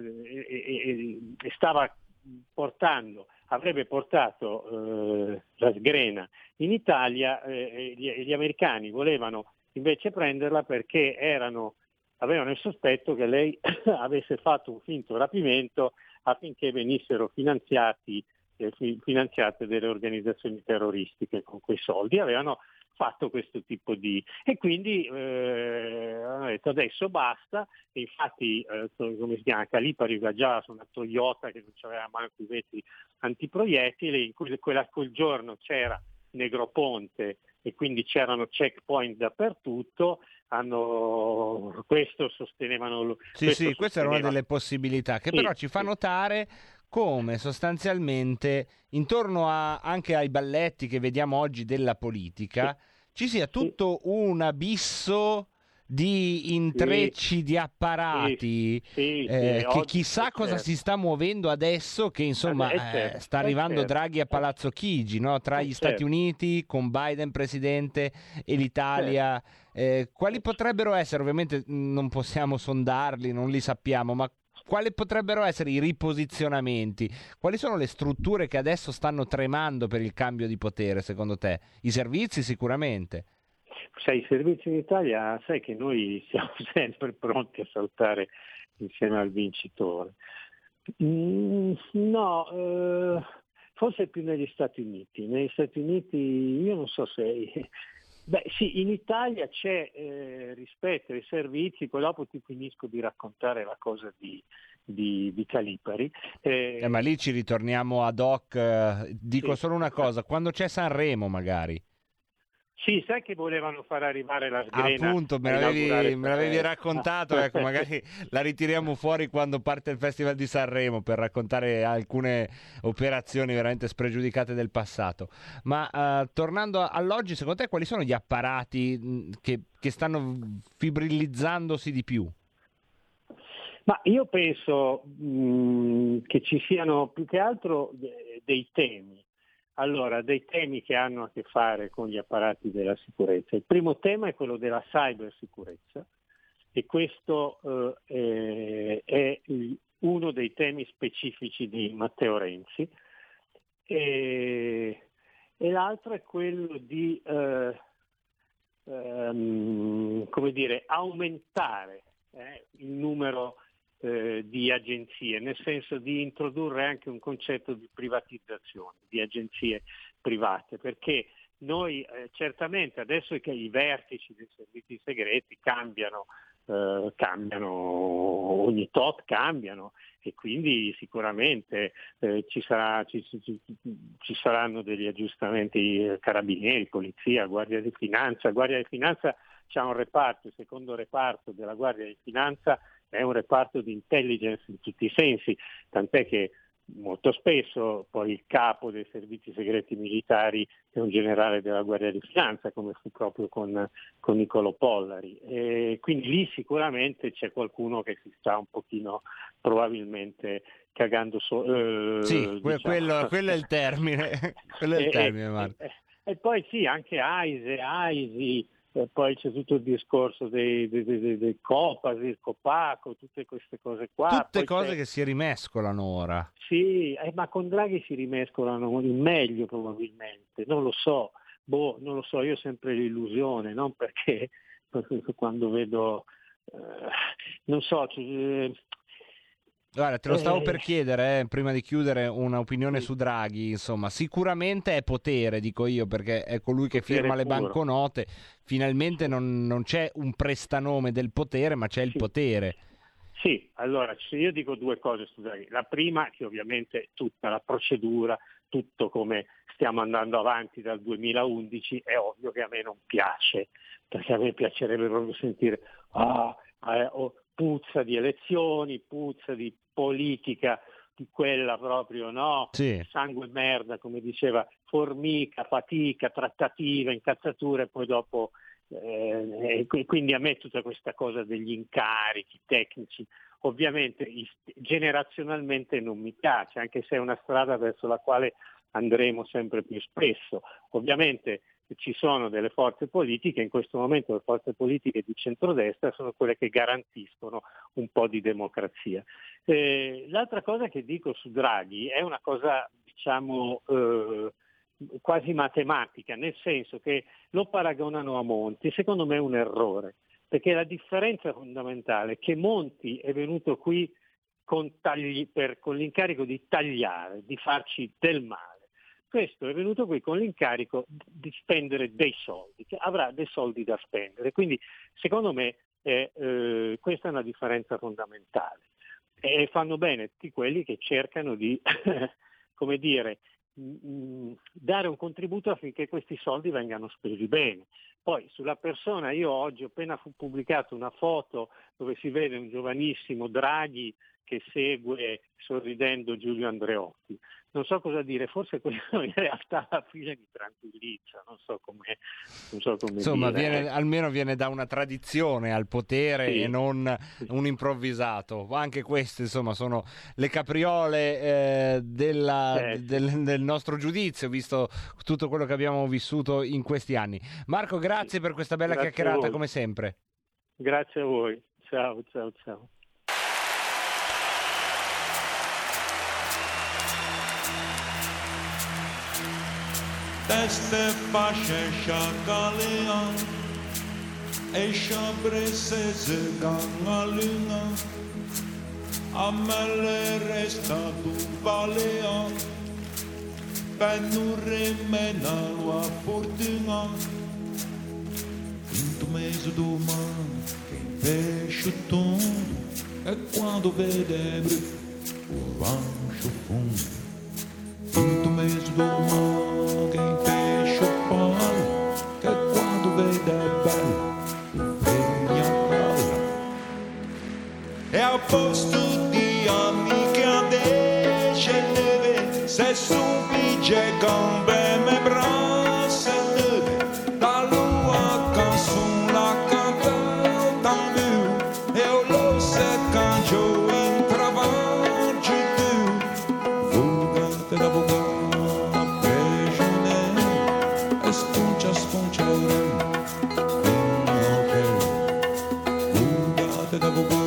Speaker 20: avrebbe portato la sgrena in Italia, gli americani volevano invece prenderla perché avevano il sospetto che lei avesse fatto un finto rapimento affinché venissero finanziate delle organizzazioni terroristiche con quei soldi. Avevano fatto questo tipo di... E quindi hanno detto adesso basta, e infatti come si chiama, Calipari viaggiava su una Toyota che non aveva manco i vetri antiproiettili, in cui quel giorno c'era Negroponte e quindi c'erano checkpoint dappertutto. Questo sostenevano.
Speaker 3: Questa era una delle possibilità che però ci fa notare come sostanzialmente intorno anche ai balletti che vediamo oggi della politica ci sia tutto un abisso di intrecci, di apparati, che chissà cosa si sta muovendo adesso, che insomma sta arrivando Draghi a Palazzo Chigi, no? Tra gli Stati Uniti, con Biden presidente, e l'Italia. Quali potrebbero essere, ovviamente non possiamo sondarli, non li sappiamo, ma quali potrebbero essere i riposizionamenti? Quali sono le strutture che adesso stanno tremando per il cambio di potere, secondo te? I servizi sicuramente.
Speaker 20: I servizi in Italia, sai che noi siamo sempre pronti a saltare insieme al vincitore. Forse più negli Stati Uniti. Negli Stati Uniti io non so se... in Italia c'è rispetto ai servizi, poi dopo ti finisco di raccontare la cosa di Calipari.
Speaker 3: Ma lì ci ritorniamo ad hoc. Dico solo una cosa, quando c'è Sanremo magari.
Speaker 20: Sì, sai che volevano far arrivare la sgrena.
Speaker 3: Appunto, me l'avevi raccontato, ecco, magari la ritiriamo fuori quando parte il Festival di Sanremo per raccontare alcune operazioni veramente spregiudicate del passato. Ma tornando all'oggi, secondo te quali sono gli apparati che stanno fibrillizzandosi di più?
Speaker 20: Ma io penso che ci siano più che altro dei temi. Allora, dei temi che hanno a che fare con gli apparati della sicurezza. Il primo tema è quello della cybersicurezza e questo è uno dei temi specifici di Matteo Renzi e l'altro è quello di aumentare il numero di agenzie, nel senso di introdurre anche un concetto di privatizzazione di agenzie private, perché noi certamente adesso che i vertici dei servizi segreti cambiano ogni tot, cambiano e quindi sicuramente ci saranno degli aggiustamenti, carabinieri, polizia, Guardia di Finanza. C'ha un reparto, il secondo reparto della Guardia di Finanza è un reparto di intelligence in tutti i sensi, tant'è che molto spesso poi il capo dei servizi segreti militari è un generale della Guardia di Finanza, come fu proprio con Niccolò Pollari. E quindi lì sicuramente c'è qualcuno che si sta un pochino probabilmente cagando
Speaker 3: sì,
Speaker 20: diciamo.
Speaker 3: quello è il termine. Quello è il termine, Marco.
Speaker 20: E poi sì, anche AISI, poi c'è tutto il discorso dei Copasir, Copaco, tutte queste cose qua.
Speaker 3: Tutte
Speaker 20: poi
Speaker 3: cose che si rimescolano ora.
Speaker 20: Sì, ma con Draghi si rimescolano il meglio probabilmente, non lo so, io ho sempre l'illusione, non perché quando vedo, non so...
Speaker 3: Guarda, te lo stavo per chiedere, prima di chiudere, un'opinione su Draghi, insomma, sicuramente è potere, dico io, perché è colui che firma le banconote, finalmente non c'è un prestanome del potere, ma c'è il potere.
Speaker 20: Sì, allora io dico due cose su Draghi. La prima, che ovviamente tutta la procedura, tutto come stiamo andando avanti dal 2011, è ovvio che a me non piace, perché a me piacerebbe proprio sentire puzza di elezioni, puzza di politica, di quella proprio, no?
Speaker 3: Sì.
Speaker 20: Sangue e merda, come diceva, formica, fatica, trattativa, incazzatura e poi dopo... quindi a me tutta questa cosa degli incarichi tecnici ovviamente generazionalmente non mi piace, anche se è una strada verso la quale andremo sempre più spesso. Ovviamente ci sono delle forze politiche, in questo momento le forze politiche di centrodestra sono quelle che garantiscono un po' di democrazia. L'altra cosa che dico su Draghi è una cosa, diciamo, quasi matematica, nel senso che lo paragonano a Monti. Secondo me è un errore, perché la differenza fondamentale è che Monti è venuto qui con l'incarico di tagliare, di farci del male. Questo è venuto qui con l'incarico di spendere dei soldi, che avrà dei soldi da spendere. Quindi secondo me questa è una differenza fondamentale. E fanno bene tutti quelli che cercano di, come dire, dare un contributo affinché questi soldi vengano spesi bene. Poi sulla persona, io oggi ho appena pubblicato una foto dove si vede un giovanissimo Draghi che segue sorridendo Giulio Andreotti. Non so cosa dire, forse questo in realtà alla fine mi tranquillizza, non so come
Speaker 3: insomma,
Speaker 20: dire.
Speaker 3: Almeno viene da una tradizione al potere,
Speaker 20: sì,
Speaker 3: e non un improvvisato. Anche queste, insomma, sono le capriole del nostro giudizio, visto tutto quello che abbiamo vissuto in questi anni. Marco, grazie per questa bella chiacchierata, come sempre.
Speaker 20: Grazie a voi, ciao.
Speaker 16: Deste pașe șacalia, eșa breseze gangalinga, amele resta tu valea, pentru remena lua fortuna, into mezzo do mar, quem fecha o tombo, é quando vede por baixo fundo. Into mezzo do mar, quem fecha o palo, é bella, veglia bella. E a posto di anni che adesso neve, se semplice gambe me braccia neve, la lua canzone la canta también, e lo se cancio in travanci tu, fugate da bocca, prigione, e spuncia fugate da bocca.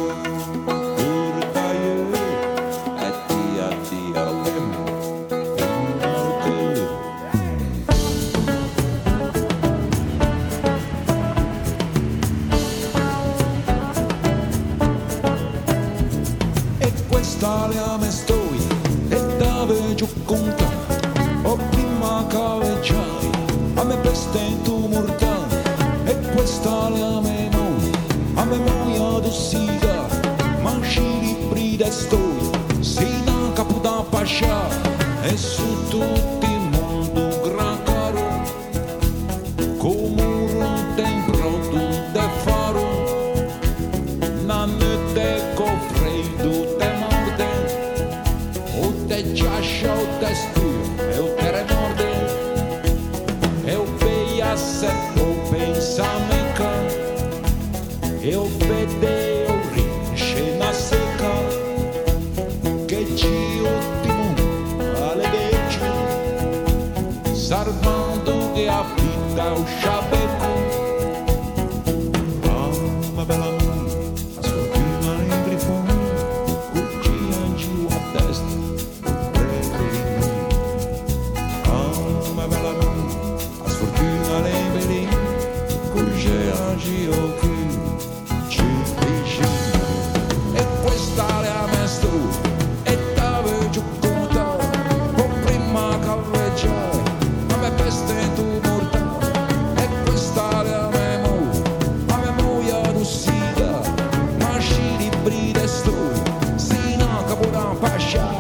Speaker 16: Italia storia e dove giù conta o prima caleggiai a me peste tu mortale e questa la memoria a memoria d'ossiga manci libri da storia si da capo da pascia e su tutti il mondo gran caro come un tempio da faro nanne con freddo giascia o te stio e o te remorde e o veia se o pensa mica e o vede o rince na seca che ci ottimo alle vecchie salvando che abita o sciabeco ma bella ascoltina in grifone cucina giù a destra. E questa è la mia storia e dove giù conta o prima caleggiare a me peste tu mortale e questa è la memoria d'ussida ma sci libri de storia si na capodan pascia.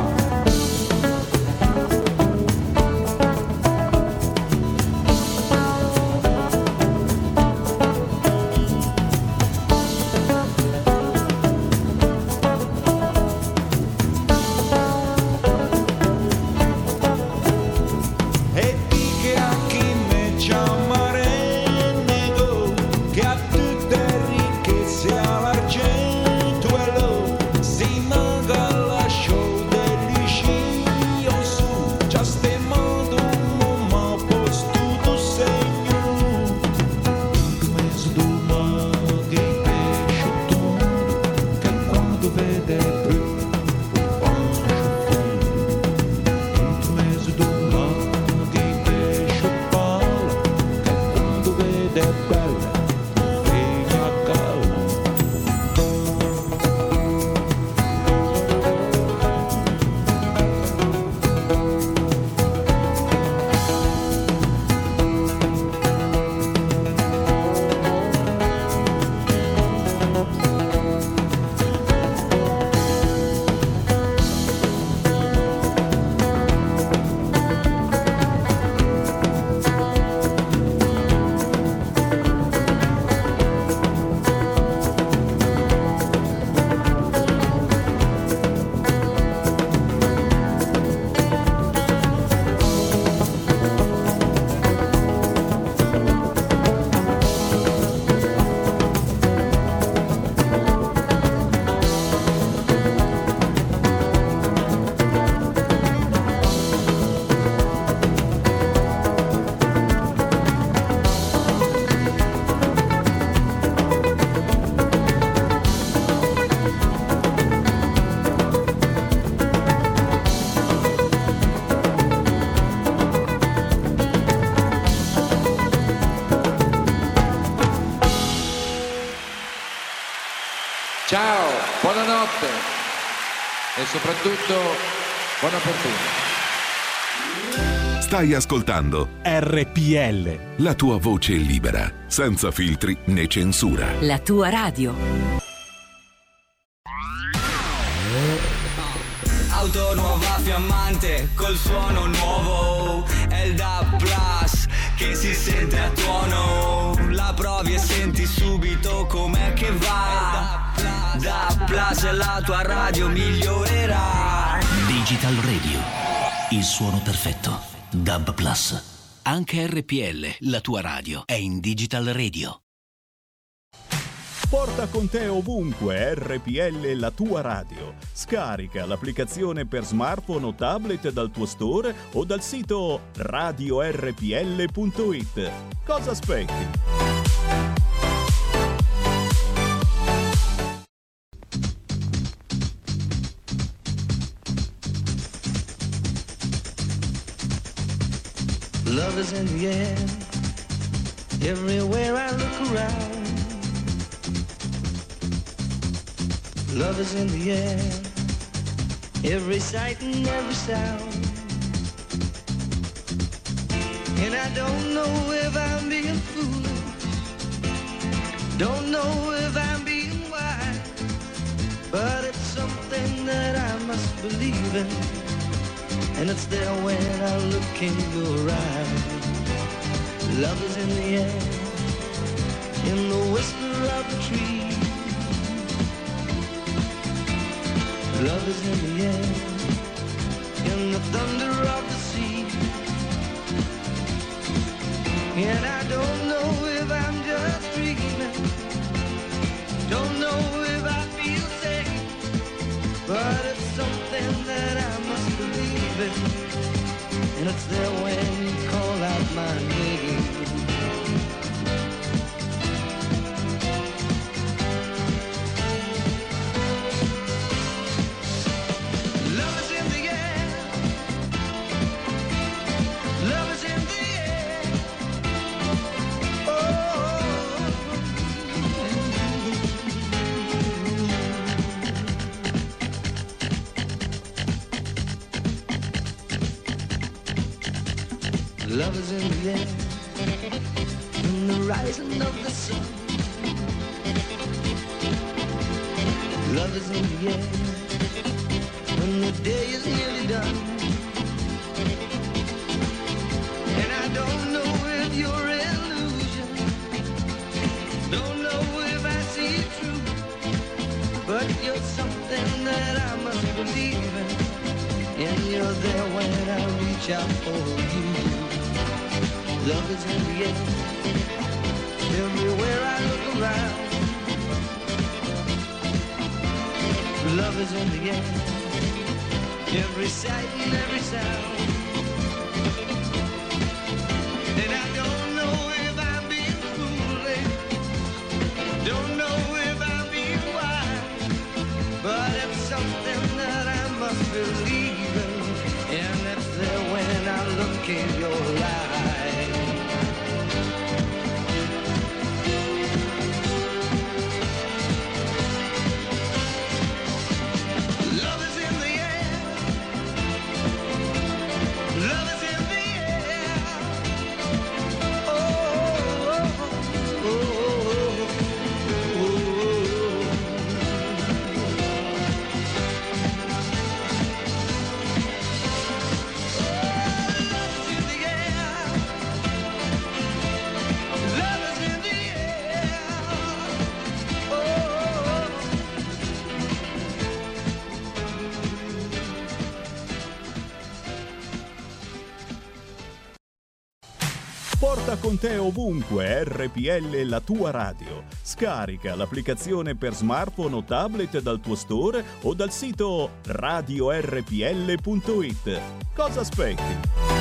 Speaker 21: Ciao, buonanotte e soprattutto buona fortuna.
Speaker 11: Stai ascoltando
Speaker 10: RPL,
Speaker 11: la tua voce libera, senza filtri né censura.
Speaker 14: La tua radio.
Speaker 15: Auto nuova fiammante col suono nuovo, è il DAB Plus che
Speaker 1: che si sente a tuono, la provi e senti subito com'è che va. Da Plus la tua radio migliorerà.
Speaker 22: Digital Radio, il suono perfetto. DAB Plus, anche RPL, la tua radio, è in Digital Radio.
Speaker 10: Porta con te ovunque RPL, la tua radio. Scarica l'applicazione per smartphone o tablet dal tuo store o dal sito radiorpl.it. Cosa aspetti?
Speaker 23: Love is in the air, everywhere I look around. Love is in the air, every sight and every sound. And I don't know if I'm being foolish, don't know if I'm being wise, but it's something that I must believe in, and it's there when I look in your eyes. Love is in the air, in the whisper of the tree. Love is in the air, in the thunder of the sea. And I don't know if I'm just dreaming, don't know if I feel safe, but it's something that I must believe in, and it's there when you call out my name. Love is in the air, in the rising of the sun. Love is in the air, when the day is nearly done. And I don't know if you're an illusion, don't know if I see it true, but you're something that I must believe in, and you're there when I reach out for you. Love is in the air, everywhere I look around. Love is in the air, every sight and every sound. And I don't know if I'm being foolish, don't know if I'm being wise, but it's something that I must believe in, and it's there when I look in your eyes.
Speaker 10: Porta con te ovunque RPL, la tua radio. Scarica l'applicazione per smartphone o tablet dal tuo store o dal sito radiorpl.it. Cosa aspetti?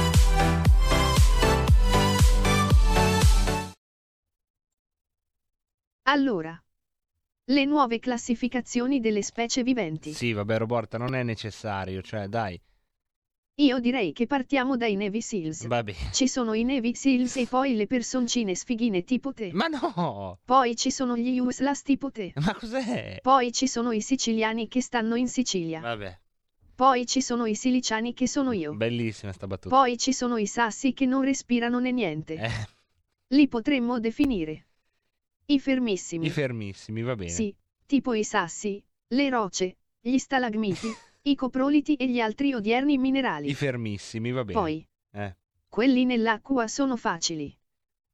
Speaker 4: Allora, le nuove classificazioni delle specie viventi.
Speaker 3: Sì, vabbè, Roborta, non è necessario, cioè, dai.
Speaker 4: Io direi che partiamo dai Navy Seals.
Speaker 3: Vabbè.
Speaker 4: Ci sono i Navy Seals e poi le personcine sfighine tipo te.
Speaker 3: Ma no!
Speaker 4: Poi ci sono gli USLAS tipo te.
Speaker 3: Ma cos'è?
Speaker 4: Poi ci sono i siciliani che stanno in Sicilia.
Speaker 3: Vabbè.
Speaker 4: Poi ci sono i siliciani che sono io.
Speaker 3: Bellissima sta battuta.
Speaker 4: Poi ci sono i sassi che non respirano né niente. Li potremmo definire i fermissimi.
Speaker 3: I fermissimi, va bene.
Speaker 4: Sì, tipo i sassi, le rocce, gli stalagmiti, i coproliti e gli altri odierni minerali.
Speaker 3: I fermissimi, va bene.
Speaker 4: Poi, quelli nell'acqua sono facili.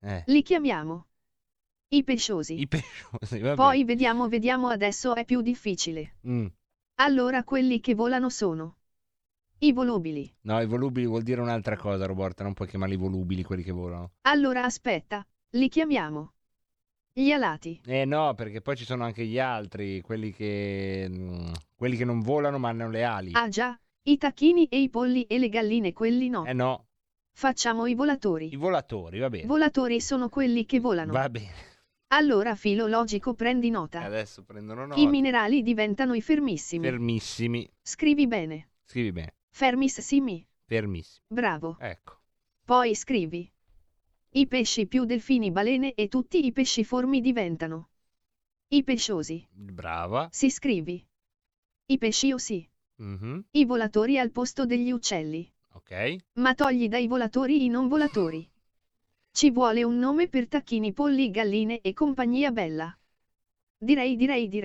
Speaker 4: Li chiamiamo i pesciosi.
Speaker 3: I pesciosi, va
Speaker 4: Poi
Speaker 3: bene.
Speaker 4: vediamo adesso è più difficile. Allora quelli che volano sono i volubili.
Speaker 3: No, i volubili vuol dire un'altra cosa, Roborta, non puoi chiamarli volubili quelli che volano.
Speaker 4: Allora aspetta, li chiamiamo gli alati.
Speaker 3: No, perché poi ci sono anche gli altri, quelli che non volano ma hanno le ali.
Speaker 4: Ah già, i tacchini e i polli e le galline quelli no.
Speaker 3: No.
Speaker 4: Facciamo i volatori.
Speaker 3: I volatori, va bene.
Speaker 4: Volatori sono quelli che volano.
Speaker 3: Va bene.
Speaker 4: Allora filologico prendi nota.
Speaker 3: Adesso prendono nota.
Speaker 4: I minerali diventano i fermissimi.
Speaker 3: Fermissimi.
Speaker 4: Scrivi bene.
Speaker 3: Scrivi bene.
Speaker 4: Fermissimi.
Speaker 3: Fermissimi.
Speaker 4: Bravo.
Speaker 3: Ecco.
Speaker 4: Poi scrivi i pesci più delfini, balene e tutti i pesciformi diventano i pesciosi.
Speaker 3: Brava.
Speaker 4: Si scrivi i pesciosi.
Speaker 3: Mhm.
Speaker 4: I volatori al posto degli uccelli.
Speaker 3: Ok.
Speaker 4: Ma togli dai volatori i non volatori. Ci vuole un nome per tacchini, polli, galline e compagnia bella. Direi.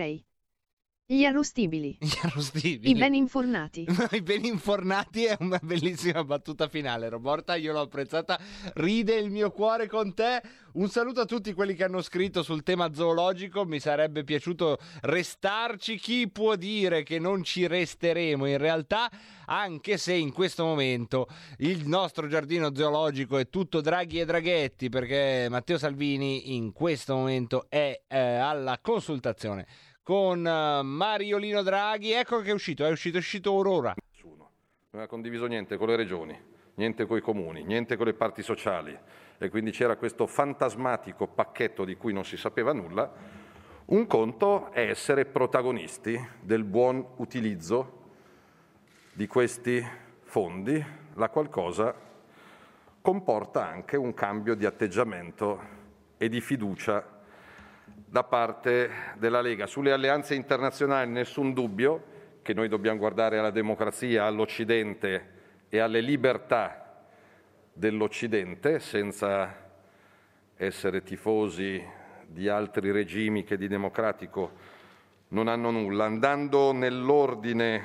Speaker 4: Gli arrostibili.
Speaker 3: Gli arrostibili.
Speaker 4: I ben infornati.
Speaker 3: I ben infornati è una bellissima battuta finale, Roborta, io l'ho apprezzata, ride il mio cuore con te. Un saluto a tutti quelli che hanno scritto sul tema zoologico, mi sarebbe piaciuto restarci, chi può dire che non ci resteremo in realtà, anche se in questo momento il nostro giardino zoologico è tutto draghi e draghetti, perché Matteo Salvini in questo momento è alla consultazione con Mariolino Draghi. Ecco che è uscito Aurora.
Speaker 5: Non ha condiviso niente con le regioni, niente con i comuni, niente con le parti sociali, e quindi c'era questo fantasmatico pacchetto di cui non si sapeva nulla. Un conto è essere protagonisti del buon utilizzo di questi fondi, la qual cosa comporta anche un cambio di atteggiamento e di fiducia da parte della Lega. Sulle alleanze internazionali nessun dubbio che noi dobbiamo guardare alla democrazia, all'Occidente e alle libertà dell'Occidente, senza essere tifosi di altri regimi che di democratico non hanno nulla. Andando nell'ordine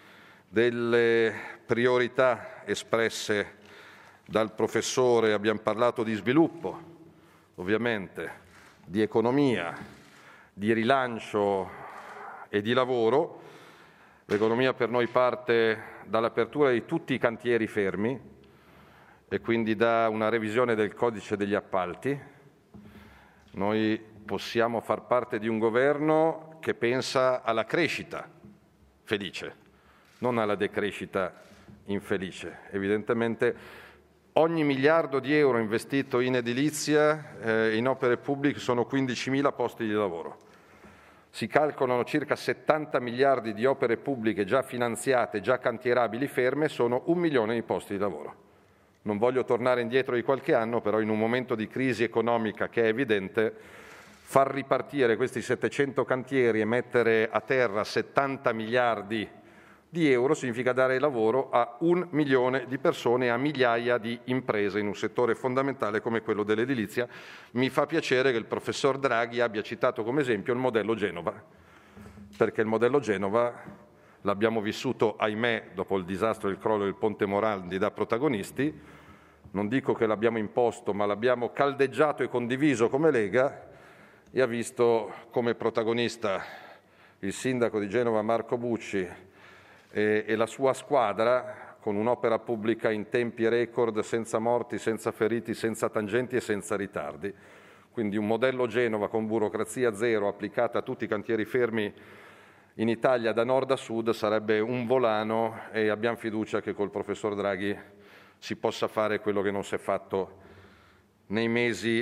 Speaker 5: delle priorità espresse dal professore, abbiamo parlato di sviluppo, ovviamente, di economia, di rilancio e di lavoro. L'economia per noi parte dall'apertura di tutti i cantieri fermi e quindi da una revisione del codice degli appalti. Noi possiamo far parte di un governo che pensa alla crescita felice, non alla decrescita infelice. Evidentemente ogni miliardo di euro investito in edilizia, in opere pubbliche, sono 15.000 posti di lavoro. Si calcolano circa 70 miliardi di opere pubbliche già finanziate, già cantierabili, ferme, sono 1 milione di posti di lavoro. Non voglio tornare indietro di qualche anno, però in un momento di crisi economica che è evidente, far ripartire questi 700 cantieri e mettere a terra 70 miliardi di euro significa dare lavoro a 1 milione di persone e a migliaia di imprese in un settore fondamentale come quello dell'edilizia. Mi fa piacere che il professor Draghi abbia citato come esempio il modello Genova, perché il modello Genova l'abbiamo vissuto, ahimè, dopo il disastro del crollo del Ponte Morandi da protagonisti. Non dico che l'abbiamo imposto, ma l'abbiamo caldeggiato e condiviso come Lega, e ha visto come protagonista il sindaco di Genova Marco Bucci e la sua squadra, con un'opera pubblica in tempi record, senza morti, senza feriti, senza tangenti e senza ritardi. Quindi un modello Genova con burocrazia zero applicata a tutti i cantieri fermi in Italia da nord a sud sarebbe un volano, e abbiamo fiducia che col professor Draghi si possa fare quello che non si è fatto nei mesi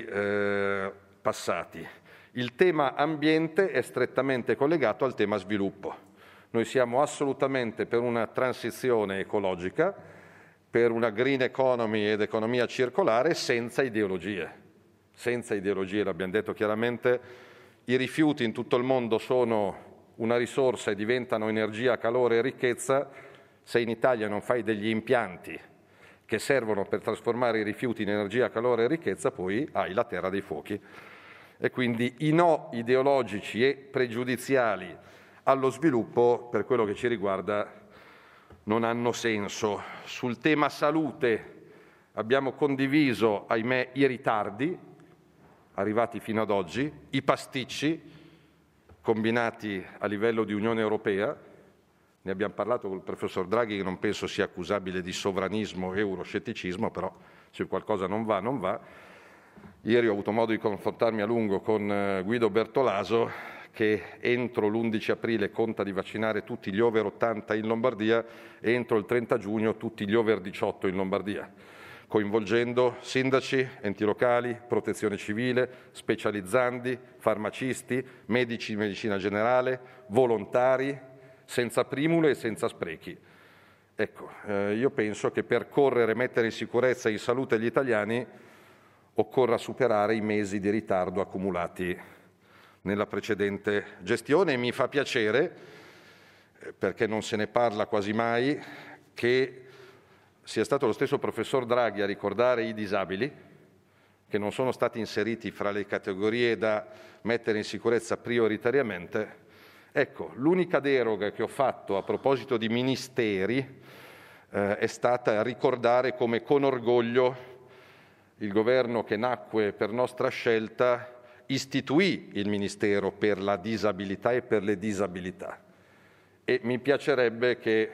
Speaker 5: passati. Il tema ambiente è strettamente collegato al tema sviluppo. Noi siamo assolutamente per una transizione ecologica, per una green economy ed economia circolare senza ideologie. Senza ideologie, l'abbiamo detto chiaramente, i rifiuti in tutto il mondo sono una risorsa e diventano energia, calore e ricchezza. Se in Italia non fai degli impianti che servono per trasformare i rifiuti in energia, calore e ricchezza, poi hai la terra dei fuochi. E quindi i no ideologici e pregiudiziali allo sviluppo, per quello che ci riguarda, non hanno senso. Sul tema salute abbiamo condiviso, ahimè, i ritardi, arrivati fino ad oggi, i pasticci combinati a livello di Unione Europea. Ne abbiamo parlato con il professor Draghi, che non penso sia accusabile di sovranismo e euroscetticismo, però se qualcosa non va, non va. Ieri ho avuto modo di confrontarmi a lungo con Guido Bertolaso, che entro l'11 aprile conta di vaccinare tutti gli over 80 in Lombardia e entro il 30 giugno tutti gli over 18 in Lombardia, coinvolgendo sindaci, enti locali, protezione civile, specializzandi, farmacisti, medici di medicina generale, volontari, senza primule e senza sprechi. Ecco, io penso che per correre e mettere in sicurezza e in salute gli italiani occorra superare i mesi di ritardo accumulati nella precedente gestione, e mi fa piacere, perché non se ne parla quasi mai, che sia stato lo stesso professor Draghi a ricordare i disabili, che non sono stati inseriti fra le categorie da mettere in sicurezza prioritariamente. Ecco, l'unica deroga che ho fatto a proposito di ministeri è stata ricordare come con orgoglio il governo che nacque per nostra scelta istituì il Ministero per la disabilità e per le disabilità, e mi piacerebbe che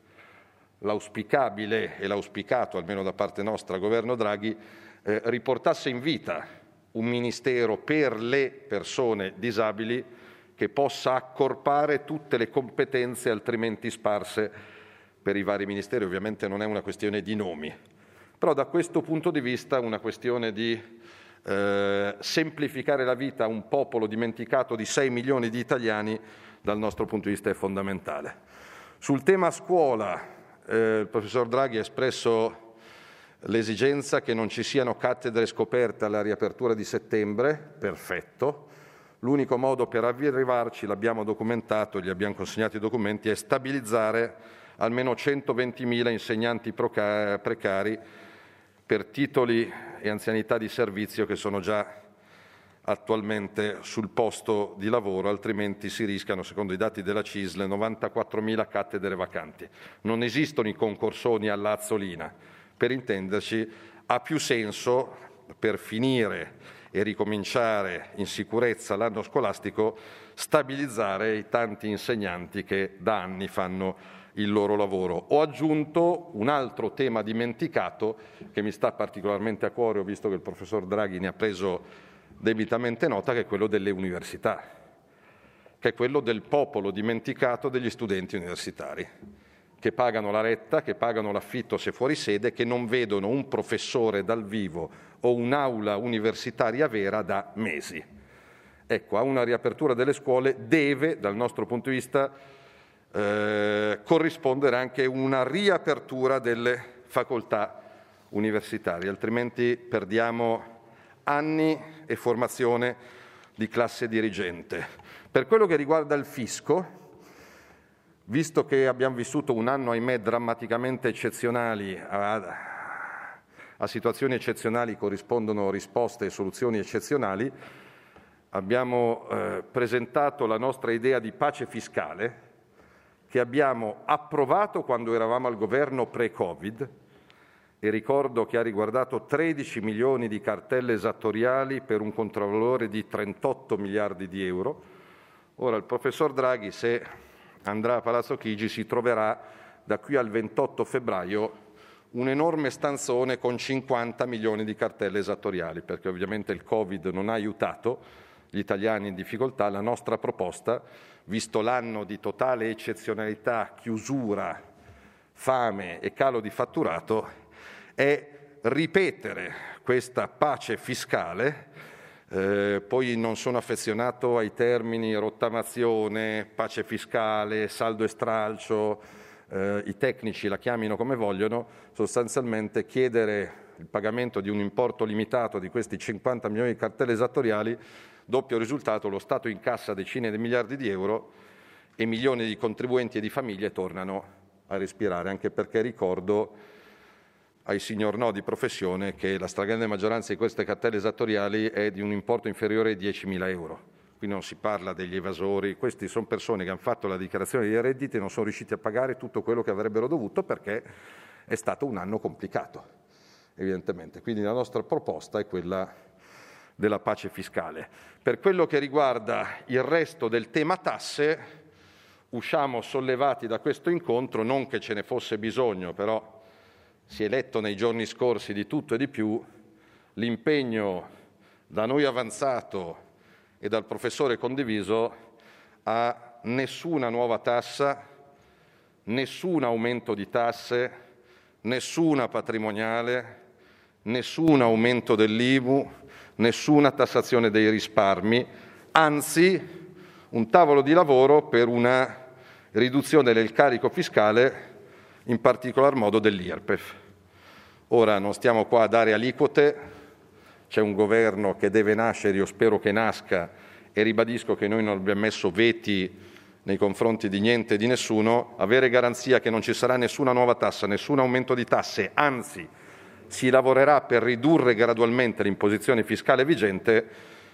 Speaker 5: l'auspicabile e l'auspicato, almeno da parte nostra, governo Draghi, riportasse in vita un Ministero per le persone disabili che possa accorpare tutte le competenze altrimenti sparse per i vari ministeri. Ovviamente non è una questione di nomi, però da questo punto di vista una questione di semplificare la vita a un popolo dimenticato di 6 milioni di italiani dal nostro punto di vista è fondamentale. Sul tema scuola, il professor Draghi ha espresso l'esigenza che non ci siano cattedre scoperte alla riapertura di settembre. Perfetto. L'unico modo per arrivarci, l'abbiamo documentato, gli abbiamo consegnato i documenti, è stabilizzare almeno 120.000 insegnanti precari per titoli e anzianità di servizio che sono già attualmente sul posto di lavoro, altrimenti si rischiano, secondo i dati della CISL, 94.000 cattedre vacanti. Non esistono i concorsoni all'Azzolina. Per intenderci, ha più senso, per finire e ricominciare in sicurezza l'anno scolastico, stabilizzare i tanti insegnanti che da anni fanno il loro lavoro. Ho aggiunto un altro tema dimenticato che mi sta particolarmente a cuore, ho visto che il professor Draghi ne ha preso debitamente nota, che è quello delle università, che è quello del popolo dimenticato degli studenti universitari, che pagano la retta, che pagano l'affitto se fuori sede, che non vedono un professore dal vivo o un'aula universitaria vera da mesi. Ecco, a una riapertura delle scuole deve, dal nostro punto di vista, corrispondere anche una riapertura delle facoltà universitarie, altrimenti perdiamo anni e formazione di classe dirigente. Per quello che riguarda il fisco, visto che abbiamo vissuto un anno, ahimè, drammaticamente eccezionali, a situazioni eccezionali corrispondono risposte e soluzioni eccezionali, abbiamo presentato la nostra idea di pace fiscale, che abbiamo approvato quando eravamo al governo pre-Covid, e ricordo che ha riguardato 13 milioni di cartelle esattoriali per un contravvalore di 38 miliardi di euro. Ora il professor Draghi, se andrà a Palazzo Chigi, si troverà da qui al 28 febbraio un enorme stanzone con 50 milioni di cartelle esattoriali, perché ovviamente il Covid non ha aiutato gli italiani in difficoltà. La nostra proposta, visto l'anno di totale eccezionalità, chiusura, fame e calo di fatturato, è ripetere questa pace fiscale. Poi non sono affezionato ai termini rottamazione, pace fiscale, saldo e stralcio, i tecnici la chiamino come vogliono, sostanzialmente chiedere il pagamento di un importo limitato di questi 50 milioni di cartelle esattoriali. Doppio risultato: lo Stato incassa decine di miliardi di euro e milioni di contribuenti e di famiglie tornano a respirare, anche perché ricordo ai signor no di professione che la stragrande maggioranza di queste cartelle esattoriali è di un importo inferiore ai 10.000 euro. Qui non si parla degli evasori, questi sono persone che hanno fatto la dichiarazione dei redditi e non sono riusciti a pagare tutto quello che avrebbero dovuto, perché è stato un anno complicato, evidentemente. Quindi la nostra proposta è quella della pace fiscale. Per quello che riguarda il resto del tema tasse, usciamo sollevati da questo incontro, non che ce ne fosse bisogno, però si è letto nei giorni scorsi di tutto e di più, l'impegno da noi avanzato e dal professore condiviso a nessuna nuova tassa, nessun aumento di tasse, nessuna patrimoniale, nessun aumento dell'IMU, nessuna tassazione dei risparmi, anzi un tavolo di lavoro per una riduzione del carico fiscale, in particolar modo dell'IRPEF. Ora non stiamo qua a dare aliquote, c'è un governo che deve nascere, io spero che nasca, e ribadisco che noi non abbiamo messo veti nei confronti di niente e di nessuno. Avere garanzia che non ci sarà nessuna nuova tassa, nessun aumento di tasse, anzi si lavorerà per ridurre gradualmente l'imposizione fiscale vigente,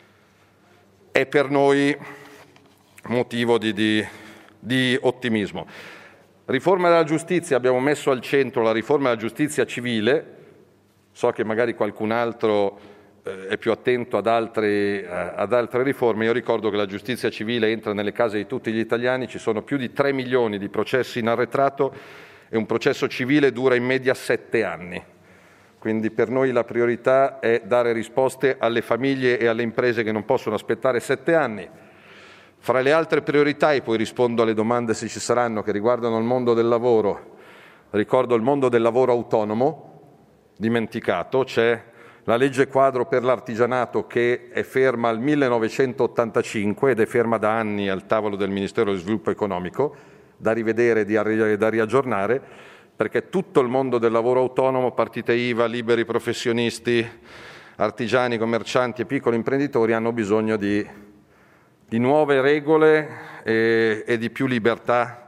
Speaker 5: è per noi motivo di ottimismo. Riforma della giustizia, abbiamo messo al centro la riforma della giustizia civile, so che magari qualcun altro è più attento ad altre riforme. Io ricordo che la giustizia civile entra nelle case di tutti gli italiani, ci sono più di 3 milioni di processi in arretrato e un processo civile dura in media 7 anni. Quindi per noi la priorità è dare risposte alle famiglie e alle imprese che non possono aspettare 7 anni. Fra le altre priorità, e poi rispondo alle domande se ci saranno, che riguardano il mondo del lavoro, ricordo il mondo del lavoro autonomo, dimenticato. C'è la legge quadro per l'artigianato che è ferma al 1985 ed è ferma da anni al tavolo del Ministero dello Sviluppo Economico, da rivedere e da riaggiornare, perché tutto il mondo del lavoro autonomo, partite IVA, liberi professionisti, artigiani, commercianti e piccoli imprenditori hanno bisogno di nuove regole e di più libertà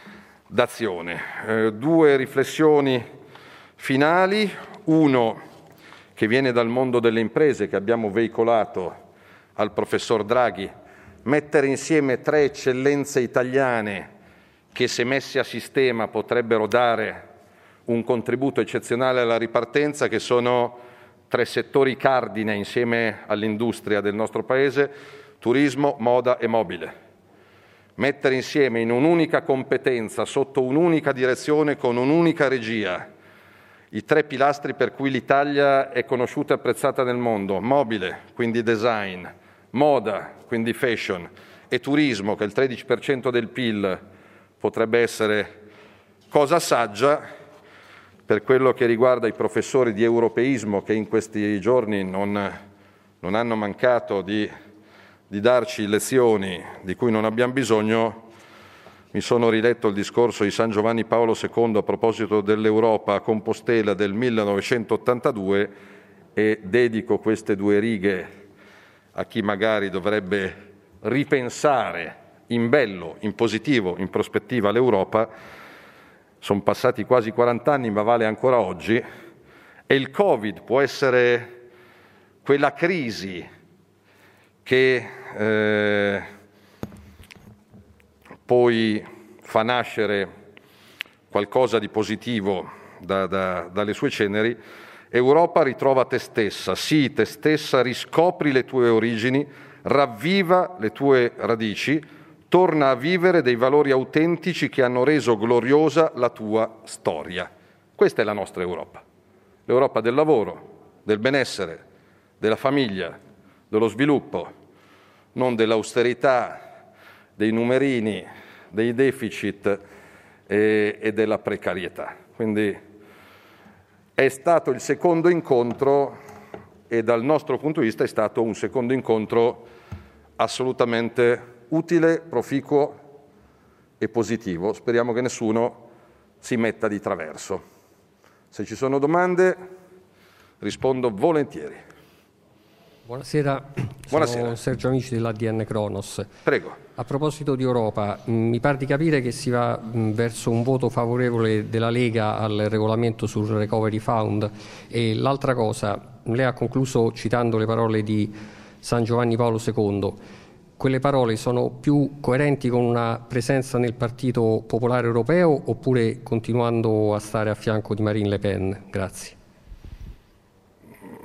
Speaker 5: d'azione. 2 riflessioni finali, uno che viene dal mondo delle imprese, che abbiamo veicolato al professor Draghi, mettere insieme 3 eccellenze italiane che, se messe a sistema, potrebbero dare un contributo eccezionale alla ripartenza, che sono 3 settori cardine insieme all'industria del nostro Paese: turismo, moda e mobile. Mettere insieme in un'unica competenza, sotto un'unica direzione, con un'unica regia, i 3 pilastri per cui l'Italia è conosciuta e apprezzata nel mondo: mobile, quindi design, moda, quindi fashion, e turismo, che è il 13% del PIL, potrebbe essere cosa saggia. Per quello che riguarda i professori di europeismo, che in questi giorni non hanno mancato di darci lezioni di cui non abbiamo bisogno, mi sono riletto il discorso di San Giovanni Paolo II a proposito dell'Europa a Compostela del 1982 e dedico queste 2 righe a chi magari dovrebbe ripensare in bello, in positivo, in prospettiva l'Europa. Sono passati quasi 40 anni, ma vale ancora oggi, e il Covid può essere quella crisi che poi fa nascere qualcosa di positivo dalle sue ceneri. Europa, ritrova te stessa, sii te stessa, riscopri le tue origini, ravviva le tue radici, torna a vivere dei valori autentici che hanno reso gloriosa la tua storia. Questa è la nostra Europa, l'Europa del lavoro, del benessere, della famiglia, dello sviluppo, non dell'austerità, dei numerini, dei deficit e della precarietà. Quindi è stato il secondo incontro e dal nostro punto di vista è stato un secondo incontro assolutamente utile, proficuo e positivo. Speriamo che nessuno si metta di traverso. Se ci sono domande rispondo volentieri.
Speaker 6: Buonasera, sono Sergio Amici dell'ADN Kronos.
Speaker 5: Prego.
Speaker 6: A proposito di Europa, mi pare di capire che si va verso un voto favorevole della Lega al regolamento sul Recovery Fund, e l'altra cosa, lei ha concluso citando le parole di San Giovanni Paolo II. Quelle parole sono più coerenti con una presenza nel Partito Popolare Europeo oppure continuando a stare a fianco di Marine Le Pen? Grazie.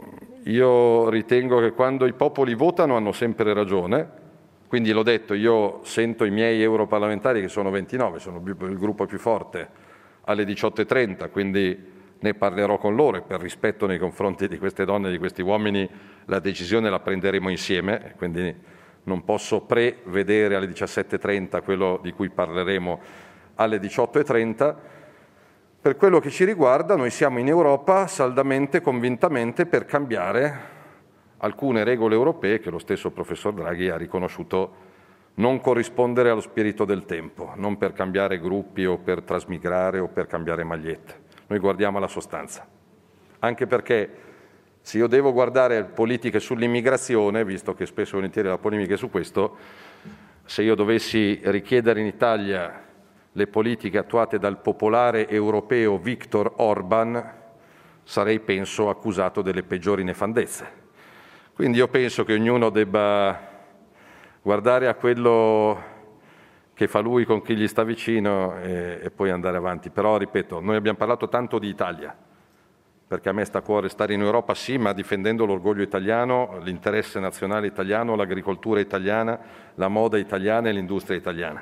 Speaker 5: io ritengo che quando i popoli votano hanno sempre ragione, quindi l'ho detto, io sento i miei europarlamentari che sono 29, sono il gruppo più forte, alle 18:30, quindi ne parlerò con loro e per rispetto nei confronti di queste donne e di questi uomini la decisione la prenderemo insieme, quindi non posso prevedere alle 17:30 quello di cui parleremo alle 18:30. Per quello che ci riguarda, noi siamo in Europa saldamente, convintamente per cambiare alcune regole europee che lo stesso professor Draghi ha riconosciuto non corrispondere allo spirito del tempo, non per cambiare gruppi o per trasmigrare o per cambiare magliette. Noi guardiamo alla sostanza, anche perché se io devo guardare politiche sull'immigrazione, visto che spesso e volentieri la polemica è su questo, se io dovessi richiedere in Italia le politiche attuate dal popolare europeo Viktor Orban, sarei, penso, accusato delle peggiori nefandezze. Quindi io penso che ognuno debba guardare a quello che fa lui con chi gli sta vicino e poi andare avanti. Però, ripeto, noi abbiamo parlato tanto di Italia, perché a me sta a cuore stare in Europa, sì, ma difendendo l'orgoglio italiano, l'interesse nazionale italiano, l'agricoltura italiana, la moda italiana e l'industria italiana.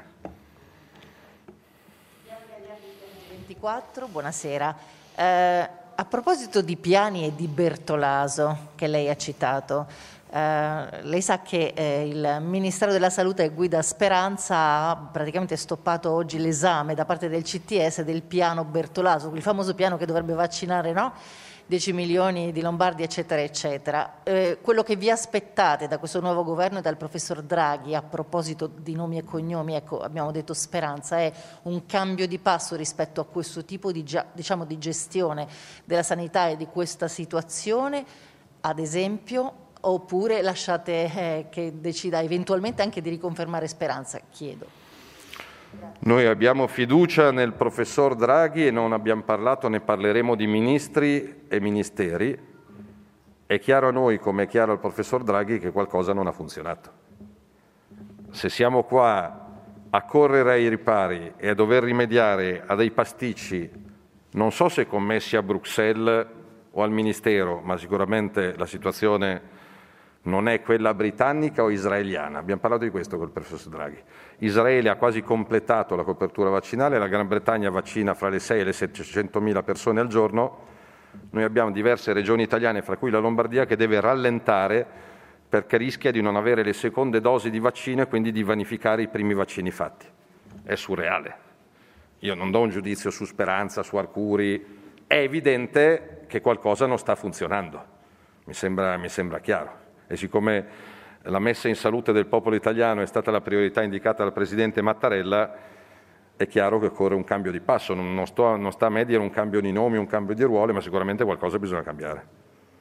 Speaker 7: 24, buonasera. A proposito di Piani e di Bertolaso, che lei ha citato, lei sa che il Ministero della Salute guida Speranza ha praticamente stoppato oggi l'esame da parte del CTS del piano Bertolaso, quel famoso piano che dovrebbe vaccinare, no? 10 milioni di lombardi, eccetera, eccetera. Quello che vi aspettate da questo nuovo governo e dal professor Draghi a proposito di nomi e cognomi, ecco, abbiamo detto Speranza, è un cambio di passo rispetto a questo tipo di, diciamo, di gestione della sanità e di questa situazione, ad esempio, oppure lasciate che decida eventualmente anche di riconfermare Speranza, chiedo.
Speaker 5: Noi abbiamo fiducia nel professor Draghi e non abbiamo parlato, ne parleremo di ministri e ministeri. È chiaro a noi, come è chiaro al professor Draghi, che qualcosa non ha funzionato. Se siamo qua a correre ai ripari e a dover rimediare a dei pasticci, non so se commessi a Bruxelles o al Ministero, ma sicuramente la situazione non è quella britannica o israeliana. Abbiamo parlato di questo col professor Draghi. Israele ha quasi completato la copertura vaccinale, la Gran Bretagna vaccina fra le 6 e le 700.000 persone al giorno. Noi abbiamo diverse regioni italiane, fra cui la Lombardia, che deve rallentare perché rischia di non avere le seconde dosi di vaccino e quindi di vanificare i primi vaccini fatti. È surreale. Io non do un giudizio su Speranza, su Arcuri. È evidente che qualcosa non sta funzionando. Mi sembra chiaro. E siccome la messa in salute del popolo italiano è stata la priorità indicata dal Presidente Mattarella, è chiaro che occorre un cambio di passo. Non sta a me dire un cambio di nomi, un cambio di ruoli, ma sicuramente qualcosa bisogna cambiare.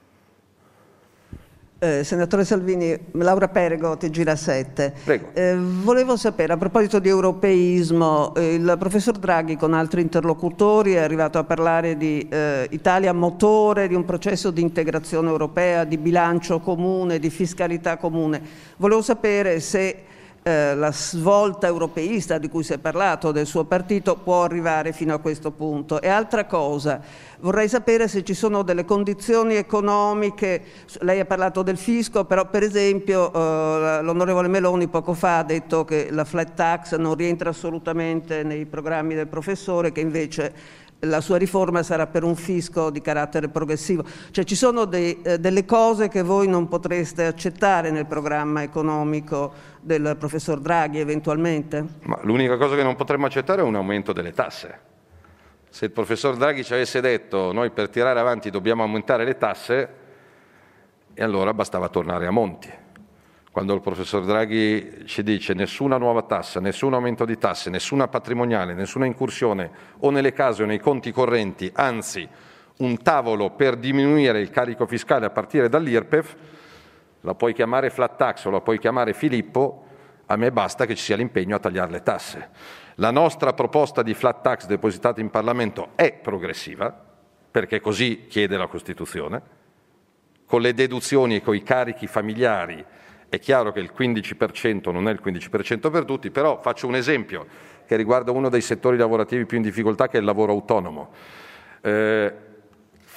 Speaker 8: Senatore Salvini, Laura Perego, TG 7.
Speaker 5: Prego.
Speaker 8: Volevo sapere, a proposito di europeismo, il professor Draghi con altri interlocutori è arrivato a parlare di Italia motore di un processo di integrazione europea, di bilancio comune, di fiscalità comune. Volevo sapere se la svolta europeista di cui si è parlato del suo partito può arrivare fino a questo punto. E altra cosa, vorrei sapere se ci sono delle condizioni economiche, lei ha parlato del fisco, però per esempio l'onorevole Meloni poco fa ha detto che la flat tax non rientra assolutamente nei programmi del professore, che invece la sua riforma sarà per un fisco di carattere progressivo. Cioè ci sono delle cose che voi non potreste accettare nel programma economico del professor Draghi eventualmente?
Speaker 5: Ma l'unica cosa che non potremmo accettare è un aumento delle tasse. Se il professor Draghi ci avesse detto noi per tirare avanti dobbiamo aumentare le tasse, e allora bastava tornare a Monti. Quando il professor Draghi ci dice nessuna nuova tassa, nessun aumento di tasse, nessuna patrimoniale, nessuna incursione o nelle case o nei conti correnti, anzi un tavolo per diminuire il carico fiscale a partire dall'IRPEF, la puoi chiamare flat tax o la puoi chiamare Filippo, a me basta che ci sia l'impegno a tagliare le tasse. La nostra proposta di flat tax depositata in Parlamento è progressiva, perché così chiede la Costituzione, con le deduzioni e con i carichi familiari. È chiaro che il 15% non è il 15% per tutti, però faccio un esempio che riguarda uno dei settori lavorativi più in difficoltà, che è il lavoro autonomo. Flat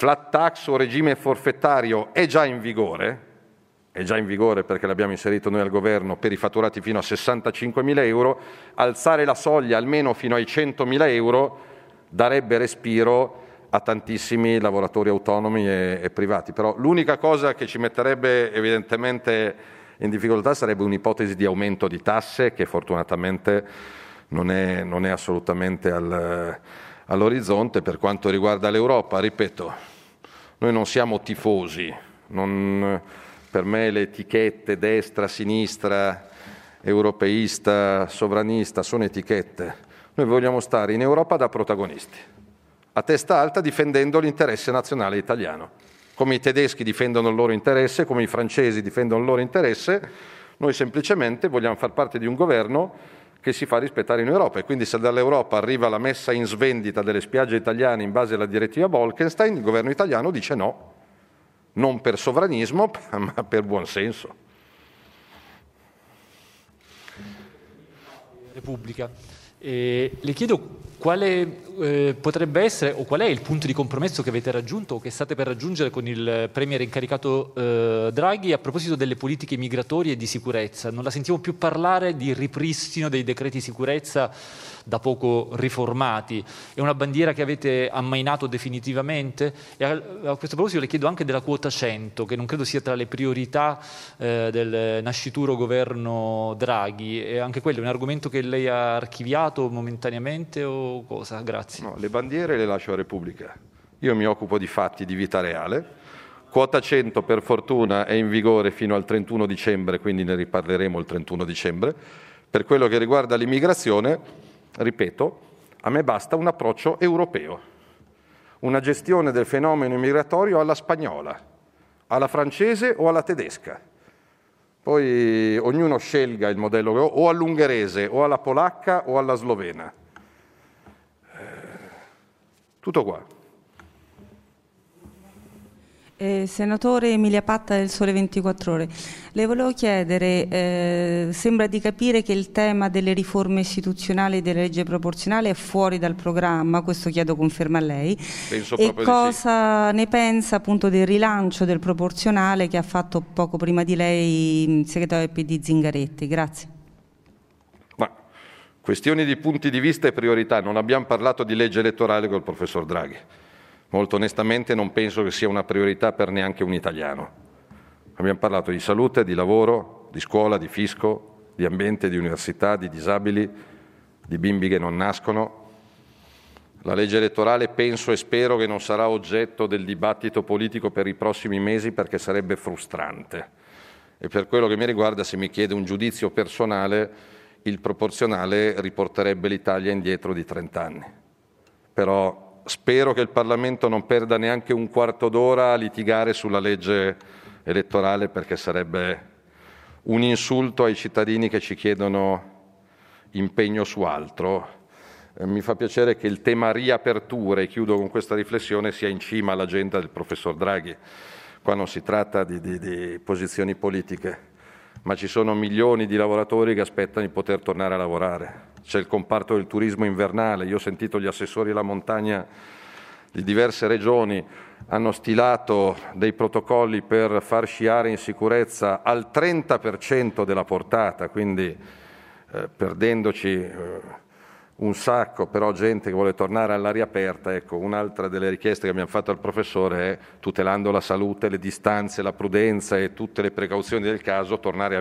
Speaker 5: flat tax o regime forfettario è già in vigore perché l'abbiamo inserito noi al governo per i fatturati fino a 65.000 euro, alzare la soglia almeno fino ai 100.000 euro darebbe respiro a tantissimi lavoratori autonomi e privati. Però l'unica cosa che ci metterebbe evidentemente in difficoltà sarebbe un'ipotesi di aumento di tasse che fortunatamente non è assolutamente all'orizzonte. Per quanto riguarda l'Europa, ripeto, noi non siamo tifosi, per me le etichette destra, sinistra, europeista, sovranista sono etichette. Noi vogliamo stare in Europa da protagonisti, a testa alta difendendo l'interesse nazionale italiano. Come i tedeschi difendono il loro interesse, come i francesi difendono il loro interesse, noi semplicemente vogliamo far parte di un governo che si fa rispettare in Europa, e quindi se dall'Europa arriva la messa in svendita delle spiagge italiane in base alla direttiva Bolkestein, il governo italiano dice no, non per sovranismo ma per buonsenso.
Speaker 9: Repubblica. Le chiedo quale potrebbe essere o qual è il punto di compromesso che avete raggiunto o che state per raggiungere con il premier incaricato Draghi a proposito delle politiche migratorie e di sicurezza. Non la sentiamo più parlare di ripristino dei decreti sicurezza da poco riformati. È una bandiera che avete ammainato definitivamente? E a questo proposito le chiedo anche della quota 100, che non credo sia tra le priorità del nascituro governo Draghi. E anche quello è un argomento che lei ha archiviato momentaneamente o cosa? Grazie.
Speaker 5: No, le bandiere le lascio a Repubblica. Io mi occupo di fatti di vita reale. Quota 100 per fortuna è in vigore fino al 31 dicembre, quindi ne riparleremo il 31 dicembre. Per quello che riguarda l'immigrazione, ripeto, a me basta un approccio europeo, una gestione del fenomeno immigratorio alla spagnola, alla francese o alla tedesca. Poi ognuno scelga il modello o all'ungherese o alla polacca o alla slovena. Tutto qua.
Speaker 13: Senatore Emilia Patta del Sole 24 Ore, le volevo chiedere, sembra di capire che il tema delle riforme istituzionali e della legge proporzionale è fuori dal programma, questo chiedo conferma a lei, e cosa ne pensa appunto del rilancio del proporzionale che ha fatto poco prima di lei il segretario del PD Zingaretti? Grazie.
Speaker 5: Ma questioni di punti di vista e priorità, non abbiamo parlato di legge elettorale col professor Draghi. Molto onestamente non penso che sia una priorità per neanche un italiano. Abbiamo parlato di salute, di lavoro, di scuola, di fisco, di ambiente, di università, di disabili, di bimbi che non nascono. La legge elettorale penso e spero che non sarà oggetto del dibattito politico per i prossimi mesi perché sarebbe frustrante. E per quello che mi riguarda, se mi chiede un giudizio personale, il proporzionale riporterebbe l'Italia indietro di 30 anni. Però spero che il Parlamento non perda neanche un quarto d'ora a litigare sulla legge elettorale, perché sarebbe un insulto ai cittadini che ci chiedono impegno su altro. Mi fa piacere che il tema riaperture, e chiudo con questa riflessione, sia in cima all'agenda del professor Draghi. Qua non si tratta di posizioni politiche, ma ci sono milioni di lavoratori che aspettano di poter tornare a lavorare. C'è il comparto del turismo invernale. Io ho sentito gli assessori alla montagna di diverse regioni, hanno stilato dei protocolli per far sciare in sicurezza al 30% della portata, quindi perdendoci un sacco, però gente che vuole tornare all'aria aperta. Ecco, un'altra delle richieste che abbiamo fatto al professore è, tutelando la salute, le distanze, la prudenza e tutte le precauzioni del caso, tornare a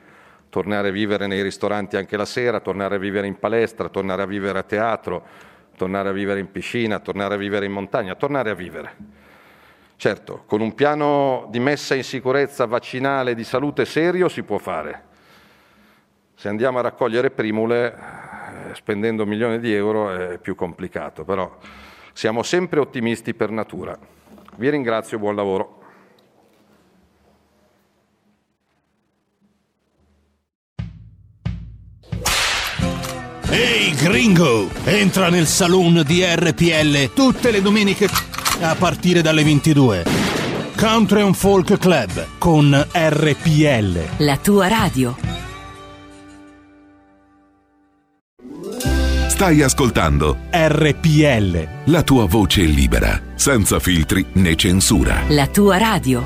Speaker 5: vivere nei ristoranti anche la sera, tornare a vivere in palestra, tornare a vivere a teatro, tornare a vivere in piscina, tornare a vivere in montagna, tornare a vivere. Certo, con un piano di messa in sicurezza vaccinale di salute serio si può fare. Se andiamo a raccogliere primule, spendendo milioni di euro, è più complicato, però siamo sempre ottimisti per natura. Vi ringrazio, buon lavoro.
Speaker 17: Ehi gringo, entra nel saloon di RPL tutte le domeniche a partire dalle 22. Country and Folk Club con RPL.
Speaker 24: La tua radio.
Speaker 12: Stai ascoltando
Speaker 17: RPL.
Speaker 12: La tua voce libera, senza filtri né censura.
Speaker 18: La tua radio.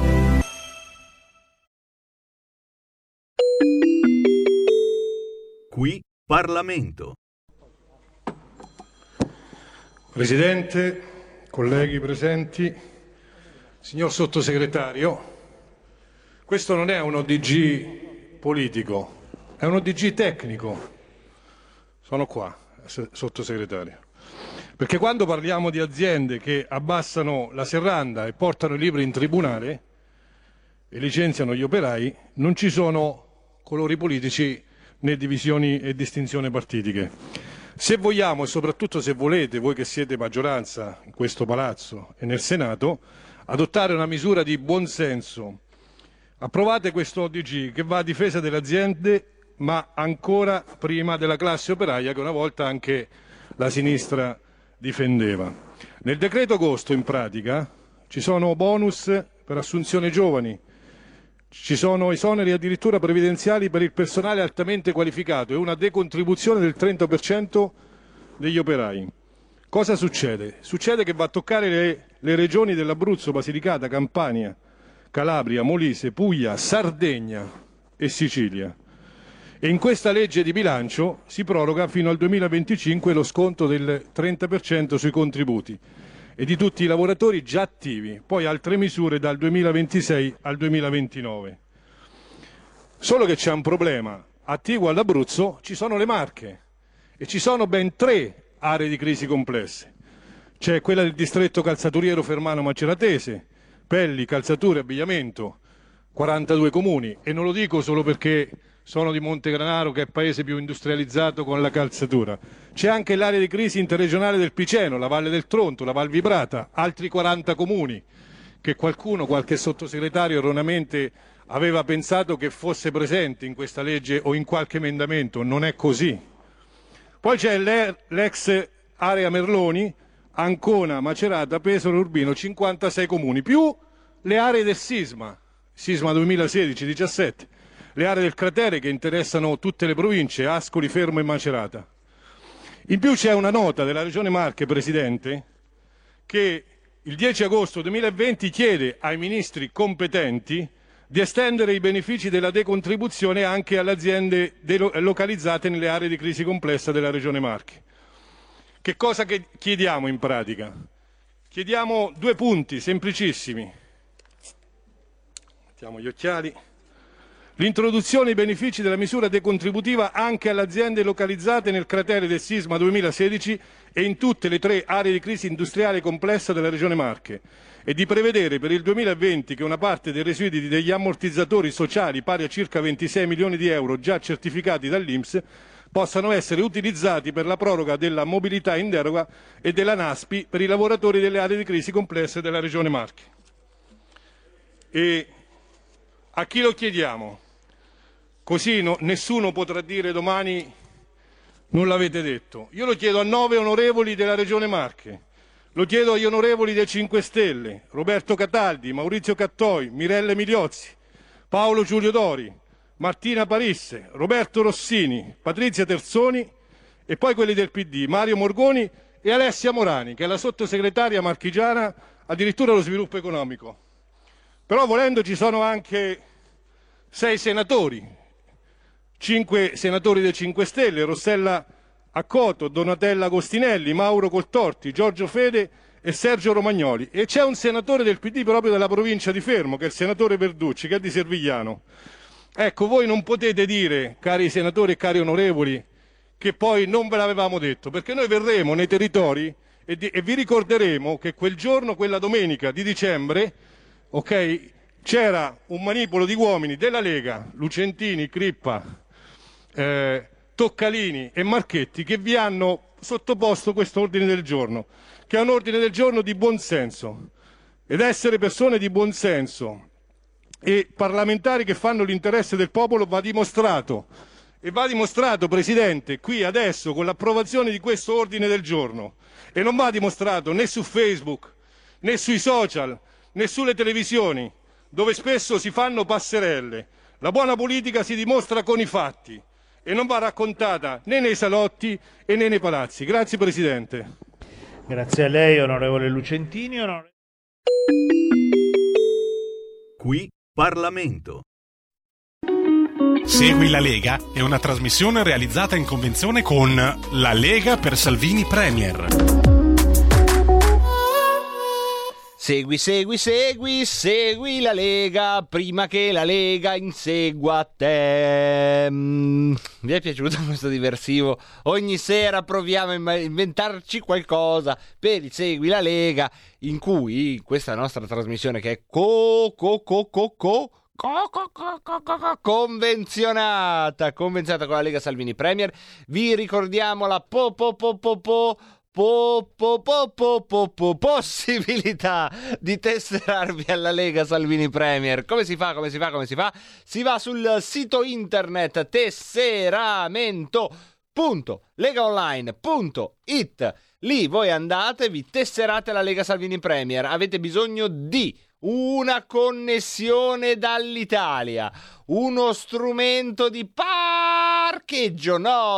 Speaker 10: Qui Parlamento.
Speaker 19: Presidente, colleghi presenti, signor Sottosegretario, questo non è un ODG politico, è un ODG tecnico. Sono qua, Sottosegretario. Perché quando parliamo di aziende che abbassano la serranda e portano i libri in tribunale e licenziano gli operai, non ci sono colori politici né divisioni e distinzioni partitiche. Se vogliamo, e soprattutto se volete, voi che siete maggioranza in questo Palazzo e nel Senato, adottare una misura di buonsenso, approvate questo ODG che va a difesa delle aziende, ma ancora prima della classe operaia che una volta anche la sinistra difendeva. Nel decreto agosto, in pratica, ci sono bonus per assunzione giovani, ci sono esoneri addirittura previdenziali per il personale altamente qualificato e una decontribuzione del 30% degli operai. Cosa succede? Succede che va a toccare le regioni dell'Abruzzo, Basilicata, Campania, Calabria, Molise, Puglia, Sardegna e Sicilia. E in questa legge di bilancio si proroga fino al 2025 lo sconto del 30% sui contributi e di tutti i lavoratori già attivi, poi altre misure dal 2026 al 2029. Solo che c'è un problema, attiguo all'Abruzzo ci sono le Marche e ci sono ben 3 aree di crisi complesse. C'è quella del distretto calzaturiero Fermano Maceratese, Pelli, Calzature, Abbigliamento, 42 comuni, e non lo dico solo perché sono di Montegranaro, che è il paese più industrializzato con la calzatura. C'è anche l'area di crisi interregionale del Piceno, la Valle del Tronto, la Val Vibrata, altri 40 comuni che qualche sottosegretario erroneamente aveva pensato che fosse presente in questa legge o in qualche emendamento. Non è così. Poi c'è l'ex area Merloni, Ancona, Macerata, Pesaro, Urbino, 56 comuni, più le aree del sisma 2016-17. Le aree del cratere che interessano tutte le province, Ascoli, Fermo e Macerata. In più c'è una nota della Regione Marche, Presidente, che il 10 agosto 2020 chiede ai ministri competenti di estendere i benefici della decontribuzione anche alle aziende localizzate nelle aree di crisi complessa della Regione Marche. Che cosa chiediamo in pratica? Chiediamo 2 punti semplicissimi. Mettiamo gli occhiali. L'introduzione dei benefici della misura decontributiva anche alle aziende localizzate nel cratere del sisma 2016 e in tutte le 3 aree di crisi industriale complessa della Regione Marche, e di prevedere per il 2020 che una parte dei residui degli ammortizzatori sociali pari a circa 26 milioni di euro già certificati dall'INPS possano essere utilizzati per la proroga della mobilità in deroga e della NASPI per i lavoratori delle aree di crisi complesse della Regione Marche. E a chi lo chiediamo? Così nessuno potrà dire domani non l'avete detto. Io lo chiedo a 9 onorevoli della Regione Marche, lo chiedo agli onorevoli dei 5 Stelle, Roberto Cataldi, Maurizio Cattoi, Mirelle Migliozzi, Paolo Giulio Dori, Martina Parisse, Roberto Rossini, Patrizia Terzoni e poi quelli del PD, Mario Morgoni e Alessia Morani, che è la sottosegretaria marchigiana addirittura allo sviluppo economico. Però volendo ci sono anche 6 senatori, 5 senatori dei 5 Stelle, Rossella Accoto, Donatella Agostinelli, Mauro Coltorti, Giorgio Fede e Sergio Romagnoli. E c'è un senatore del PD proprio della provincia di Fermo, che è il senatore Verducci, che è di Servigliano. Ecco, voi non potete dire, cari senatori e cari onorevoli, che poi non ve l'avevamo detto, perché noi verremo nei territori e vi ricorderemo che quel giorno, quella domenica di dicembre, ok, c'era un manipolo di uomini della Lega, Lucentini, Crippa, Toccalini e Marchetti, che vi hanno sottoposto questo ordine del giorno, che è un ordine del giorno di buonsenso, ed essere persone di buonsenso e parlamentari che fanno l'interesse del popolo va dimostrato, e va dimostrato, Presidente, qui adesso con l'approvazione di questo ordine del giorno, e non va dimostrato né su Facebook né sui social né sulle televisioni, dove spesso si fanno passerelle. La buona politica si dimostra con i fatti, e non va raccontata né nei salotti e né nei palazzi. Grazie Presidente.
Speaker 2: Grazie a lei, onorevole Lucentini.
Speaker 10: Qui Parlamento.
Speaker 17: Segui la Lega è una trasmissione realizzata in convenzione con La Lega per Salvini Premier.
Speaker 3: Segui la Lega prima che la Lega insegua te. Vi è piaciuto questo diversivo? Ogni sera proviamo a inventarci qualcosa per il Segui la Lega, in cui questa nostra trasmissione che è convenzionata con la Lega Salvini Premier, vi ricordiamo la possibilità di tesserarvi alla Lega Salvini Premier. Come si fa? Si va sul sito internet tesseramento.legaonline.it. Lì voi andate, vi tesserate la Lega Salvini Premier. Avete bisogno di una connessione dall'Italia, uno strumento di parcheggio,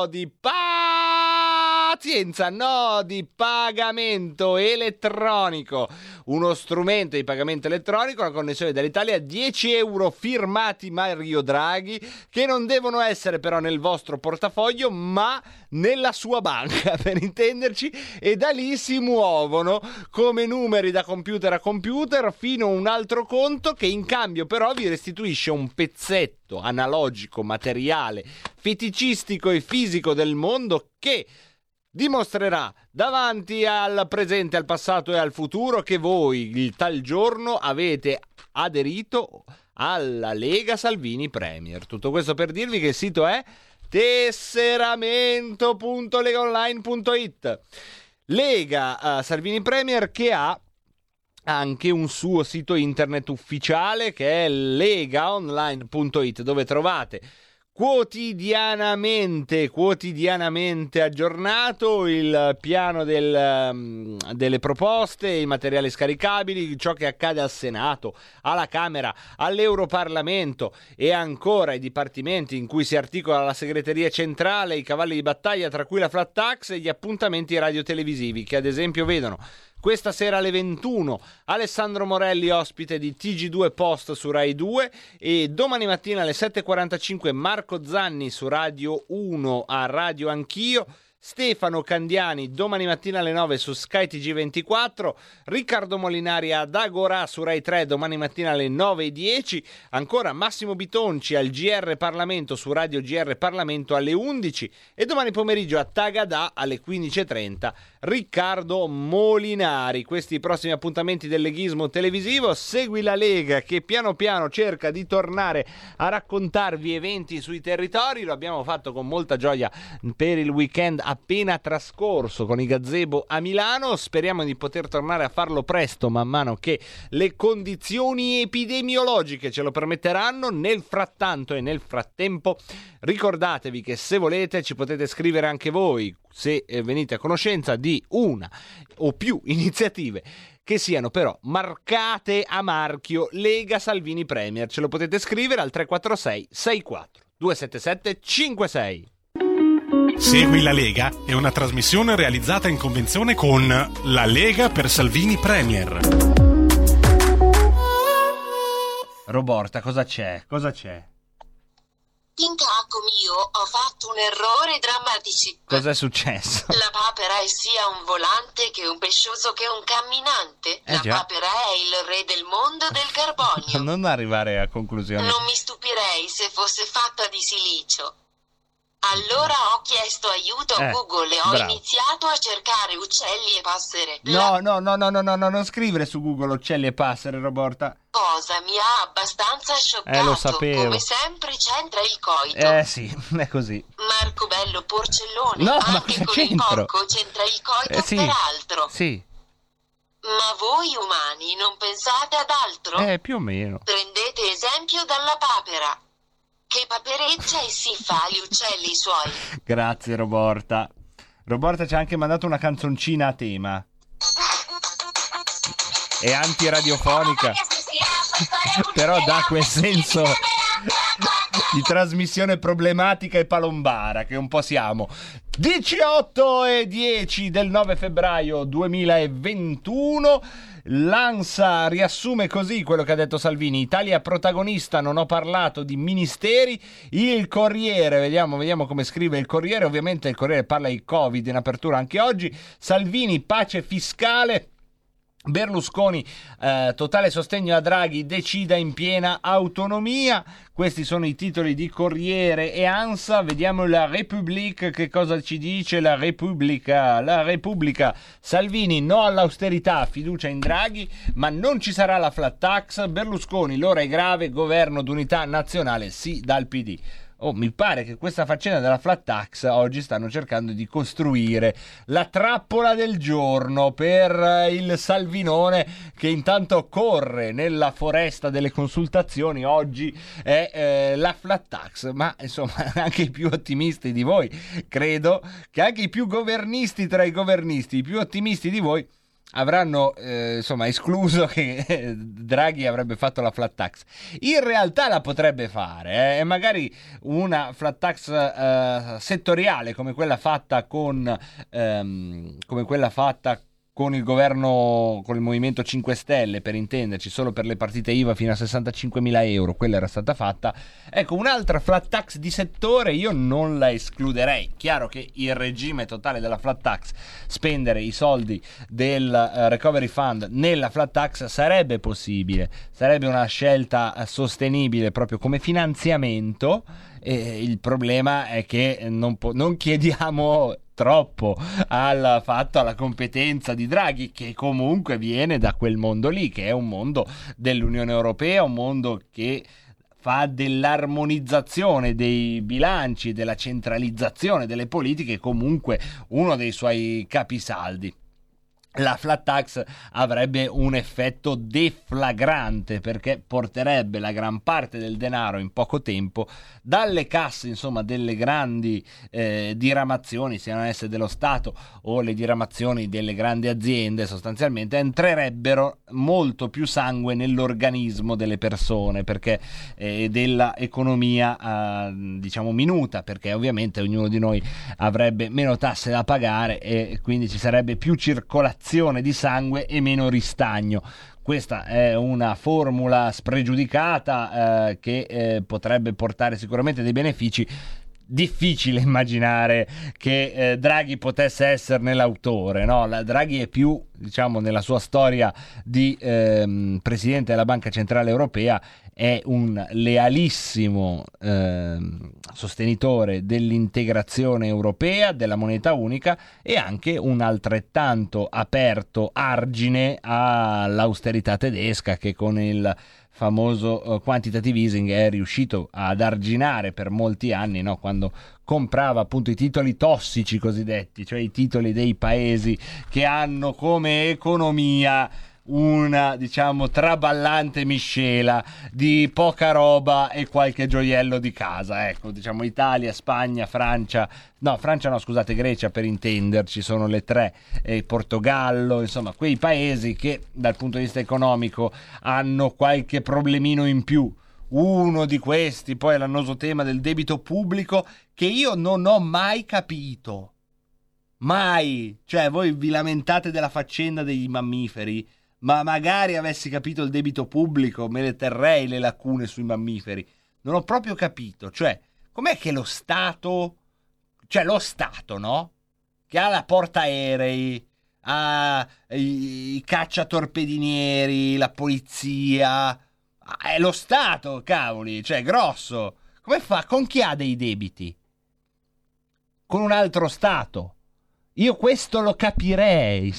Speaker 3: di pagamento elettronico, uno strumento di pagamento elettronico, una connessione dall'Italia, 10 euro firmati Mario Draghi, che non devono essere però nel vostro portafoglio ma nella sua banca, per intenderci, e da lì si muovono come numeri da computer a computer fino a un altro conto che in cambio però vi restituisce un pezzetto analogico, materiale, feticistico e fisico del mondo che dimostrerà davanti al presente, al passato e al futuro che voi il tal giorno avete aderito alla Lega Salvini Premier. Tutto questo per dirvi che il sito è tesseramento.legaonline.it. Lega Salvini Premier, che ha anche un suo sito internet ufficiale che è legaonline.it, dove trovate quotidianamente aggiornato il piano delle proposte, i materiali scaricabili, ciò che accade al Senato, alla Camera, all'Europarlamento e ancora i dipartimenti in cui si articola la segreteria centrale, i cavalli di battaglia, tra cui la flat tax e gli appuntamenti radiotelevisivi che ad esempio vedono questa sera alle 21 Alessandro Morelli, ospite di TG2 Post su Rai 2, e domani mattina alle 7.45 Marco Zanni su Radio 1 a Radio Anch'io, Stefano Candiani domani mattina alle 9 su Sky TG24, Riccardo Molinari ad Agorà su Rai 3 domani mattina alle 9.10, ancora Massimo Bitonci al GR Parlamento su Radio GR Parlamento alle 11 e domani pomeriggio a Tagadà alle 15.30 Riccardo Molinari. Questi i prossimi appuntamenti del leghismo televisivo. Segui la Lega che piano piano cerca di tornare a raccontarvi eventi sui territori. Lo abbiamo fatto con molta gioia per il weekend appena trascorso con i gazebo a Milano. Speriamo di poter tornare a farlo presto man mano che le condizioni epidemiologiche ce lo permetteranno. Nel frattanto e nel frattempo ricordatevi che se volete ci potete scrivere anche voi, se venite a conoscenza di una o più iniziative che siano però marcate a marchio Lega Salvini Premier. Ce lo potete scrivere al 346 64 277 56.
Speaker 17: Segui la Lega è una trasmissione realizzata in convenzione con La Lega per Salvini Premier.
Speaker 3: Roborta, cosa c'è?
Speaker 18: In cacco mio ho fatto un errore drammatici.
Speaker 3: Cos'è successo?
Speaker 18: La papera è sia un volante che un pescioso che un camminante. La
Speaker 3: già.
Speaker 18: papera è il re del mondo del carbonio.
Speaker 3: Non arrivare a conclusioni.
Speaker 18: Non mi stupirei se fosse fatta di silicio. Allora ho chiesto aiuto a Google e ho
Speaker 3: bravo.
Speaker 18: iniziato a cercare uccelli e passere.
Speaker 3: No, non scrivere su Google uccelli e passere, Roborta.
Speaker 18: Cosa mi ha abbastanza scioccato.
Speaker 3: Lo sapevo.
Speaker 18: Come sempre c'entra il coito.
Speaker 3: Sì, è così.
Speaker 18: Marco Bello Porcellone,
Speaker 3: No, ma
Speaker 18: anche
Speaker 3: cosa
Speaker 18: con
Speaker 3: c'entro?
Speaker 18: il cocco c'entra il coito
Speaker 3: Sì.
Speaker 18: peraltro.
Speaker 3: Sì.
Speaker 18: Ma voi umani non pensate ad altro?
Speaker 3: Più o meno.
Speaker 18: Prendete esempio dalla papera, che papereggia e si fa gli uccelli suoi.
Speaker 3: Grazie, Roborta. Roborta ci ha anche mandato una canzoncina a tema. È antiradiofonica. Però dà quel senso di trasmissione problematica e palombara che un po' siamo. 18:10 del 9 febbraio 2021. L'ANSA riassume così quello che ha detto Salvini: Italia protagonista, non ho parlato di ministeri. Il Corriere, vediamo come scrive il Corriere, ovviamente il Corriere parla di Covid in apertura anche oggi. Salvini, pace fiscale. Berlusconi, totale sostegno a Draghi, decida in piena autonomia. Questi sono i titoli di Corriere e ANSA. Vediamo la Repubblica, che cosa ci dice la Repubblica. Salvini, no all'austerità, fiducia in Draghi, ma non ci sarà la flat tax. Berlusconi, l'ora è grave, governo d'unità nazionale, sì dal PD. Mi pare che questa faccenda della flat tax oggi stanno cercando di costruire la trappola del giorno per il Salvinone, che intanto corre nella foresta delle consultazioni. Oggi è la flat tax, ma insomma anche i più ottimisti di voi, credo che anche i più governisti tra i governisti, i più ottimisti di voi avranno escluso che Draghi avrebbe fatto la flat tax. In realtà la potrebbe fare, e magari una flat tax settoriale come quella fatta con il governo, con il Movimento 5 Stelle, per intenderci, solo per le partite IVA fino a 65.000 euro, quella era stata fatta. Ecco, un'altra flat tax di settore io non la escluderei. Chiaro che il regime totale della flat tax, spendere i soldi del recovery fund nella flat tax sarebbe possibile, sarebbe una scelta sostenibile proprio come finanziamento. Il problema è che non chiediamo troppo alla competenza di Draghi, che comunque viene da quel mondo lì, che è un mondo dell'Unione Europea, un mondo che fa dell'armonizzazione dei bilanci, della centralizzazione delle politiche comunque uno dei suoi capisaldi. La flat tax avrebbe un effetto deflagrante, perché porterebbe la gran parte del denaro in poco tempo dalle casse, insomma, delle grandi diramazioni, siano esse dello Stato o le diramazioni delle grandi aziende. Sostanzialmente entrerebbero molto più sangue nell'organismo delle persone, perché della economia minuta, perché ovviamente ognuno di noi avrebbe meno tasse da pagare e quindi ci sarebbe più circolazione di sangue e meno ristagno. Questa è una formula spregiudicata che potrebbe portare sicuramente dei benefici. Difficile immaginare che Draghi potesse esserne l'autore, no? Draghi è più, nella sua storia di presidente della Banca Centrale Europea, è un lealissimo sostenitore dell'integrazione europea, della moneta unica, e anche un altrettanto aperto argine all'austerità tedesca, che con il famoso quantitative easing è riuscito ad arginare per molti anni, no? Quando comprava appunto i titoli tossici cosiddetti, cioè i titoli dei paesi che hanno come economia una traballante miscela di poca roba e qualche gioiello di casa. Ecco, Italia, Spagna, Grecia per intenderci, sono le tre, e Portogallo, insomma quei paesi che dal punto di vista economico hanno qualche problemino in più. Uno di questi poi è l'annoso tema del debito pubblico, che io non ho mai capito, mai. Cioè, voi vi lamentate della faccenda dei mammiferi, ma magari avessi capito il debito pubblico me le terrei le lacune sui mammiferi. Non ho proprio capito, cioè, com'è che lo Stato, no? Che ha la portaerei, ha i cacciatorpedinieri, la polizia, è lo Stato, cavoli, cioè grosso. Come fa? Con chi ha dei debiti? Con un altro Stato. Io questo lo capirei,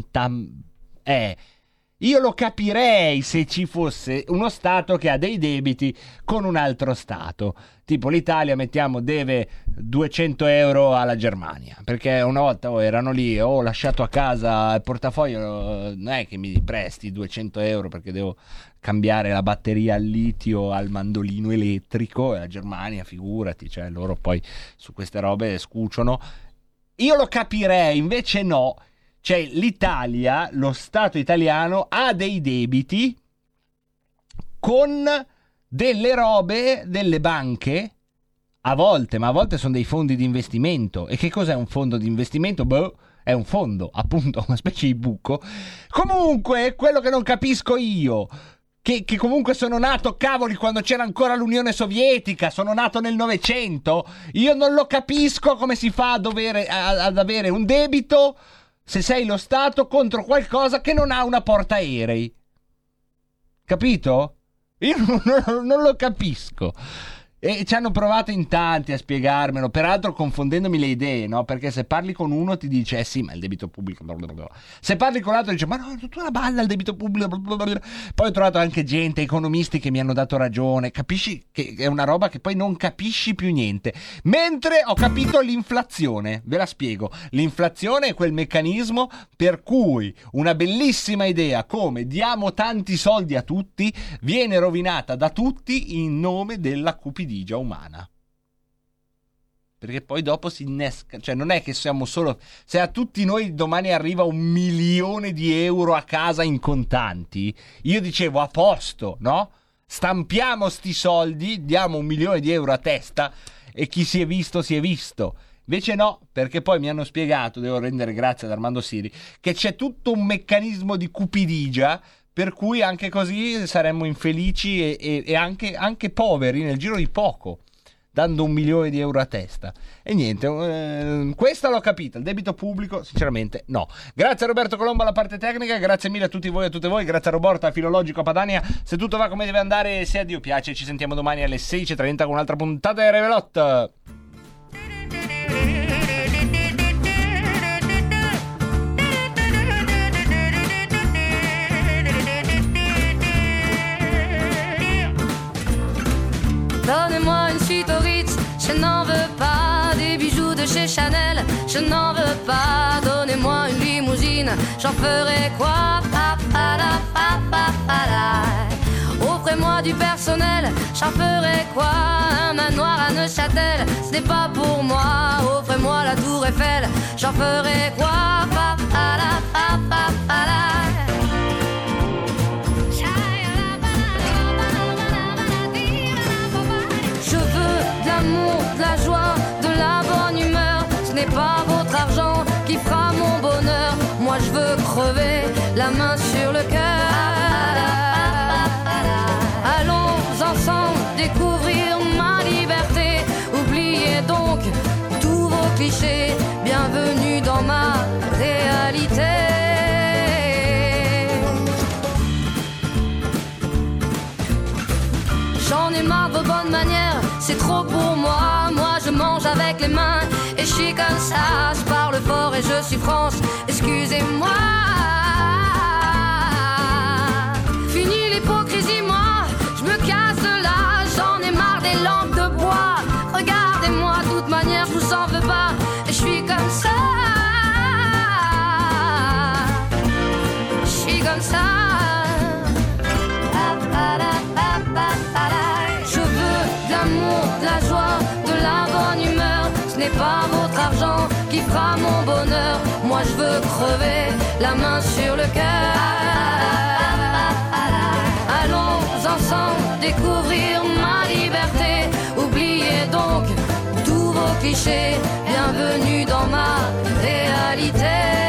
Speaker 3: io lo capirei se ci fosse uno Stato che ha dei debiti con un altro Stato. Tipo l'Italia, deve 200 euro alla Germania, perché una volta erano lì, ho lasciato a casa il portafoglio, non è che mi presti 200 euro perché devo cambiare la batteria al litio al mandolino elettrico, e la Germania, figurati, cioè loro poi su queste robe scuciono. Io lo capirei, invece no. Cioè l'Italia, lo Stato italiano ha dei debiti con delle robe delle banche, a volte sono dei fondi di investimento. E che cos'è un fondo di investimento? Boh, è un fondo, appunto, una specie di buco. Comunque, quello che non capisco io, che comunque sono nato, cavoli, quando c'era ancora l'Unione Sovietica, sono nato nel Novecento, io non lo capisco come si fa ad avere un debito, se sei lo Stato, contro qualcosa che non ha una portaerei. Capito? Io non lo capisco. E ci hanno provato in tanti a spiegarmelo, peraltro confondendomi le idee, no? Perché se parli con uno ti dice sì, ma il debito pubblico, se parli con l'altro dice ma no, è tutta una balla il debito pubblico, poi ho trovato anche gente, economisti che mi hanno dato ragione, capisci che è una roba che poi non capisci più niente, mentre ho capito l'inflazione. Ve la spiego: l'inflazione è quel meccanismo per cui una bellissima idea come diamo tanti soldi a tutti viene rovinata da tutti in nome della cupidigia umana, perché poi dopo si innesca, cioè non è che siamo solo, se a tutti noi domani arriva 1 milione di euro a casa in contanti, io dicevo a posto, no? Stampiamo sti soldi, diamo 1 milione di euro a testa e chi si è visto si è visto. Invece no, perché poi mi hanno spiegato, devo rendere grazie ad Armando Siri, che c'è tutto un meccanismo di cupidigia per cui anche così saremmo infelici e anche poveri nel giro di poco, dando 1 milione di euro a testa. E niente, questa l'ho capita, il debito pubblico sinceramente no. Grazie a Roberto Colombo alla parte tecnica, grazie mille a tutti voi e a tutte voi, grazie a Roborta, a Filologico, a Padania. Se tutto va come deve andare, se a Dio piace, ci sentiamo domani alle 16:30 con un'altra puntata di Revelot.
Speaker 16: Donnez-moi une suite au Ritz, je n'en veux pas. Des bijoux de chez Chanel, je n'en veux pas. Donnez-moi une limousine, j'en ferai quoi? Offrez-moi du personnel, j'en ferai quoi? Un manoir à Neuchâtel, ce n'est pas pour moi. Offrez-moi la tour Eiffel, j'en ferai quoi? Je veux de l'amour, de la joie, de la bonne humeur. Ce n'est pas votre argent qui fera mon bonheur. Moi je veux crever la main sur le cœur. Allons ensemble découvrir ma liberté. Oubliez donc tous vos clichés. Bienvenue dans ma réalité. J'en ai marre de vos bonnes manières, c'est trop pour moi. Moi je mange avec les mains et je suis comme ça. Je parle fort et je suis France, excusez-moi. Fini l'hypocrisie, moi, je me casse de là. J'en ai marre des lampes de bois. Regardez-moi, de toute manière, je vous en veux pas. Et je suis comme ça. Je suis comme ça. Je veux de l'amour, de la joie, de la bonne humeur. Ce n'est pas votre argent qui fera mon bonheur. Moi je veux crever la main sur le cœur. Allons ensemble découvrir ma liberté. Oubliez donc tous vos clichés. Bienvenue dans ma réalité.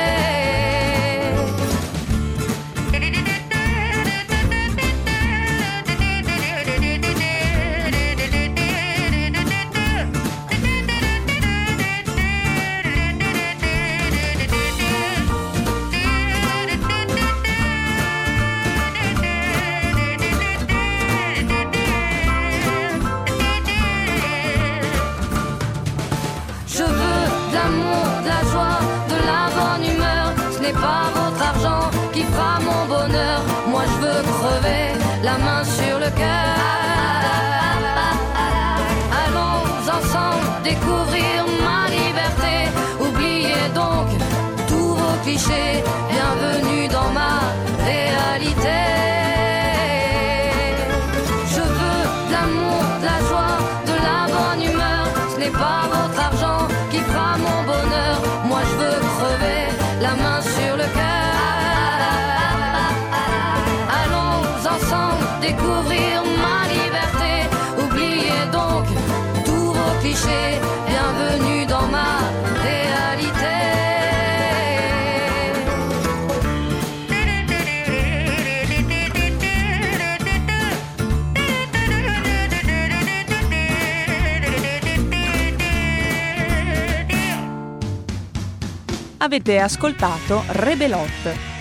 Speaker 16: Pas votre argent qui fera mon bonheur. Moi je veux crever la main sur le cœur. Allons ensemble découvrir ma liberté. Oubliez donc tous vos clichés. Bienvenue dans ma réalité. Je veux de l'amour, de la joie, de la bonne humeur. Ce n'est pas votre argent qui fera mon bonheur. Moi je veux crever la main sur le cœur. Allons ensemble découvrir ma liberté.
Speaker 11: Avete ascoltato Rebelot.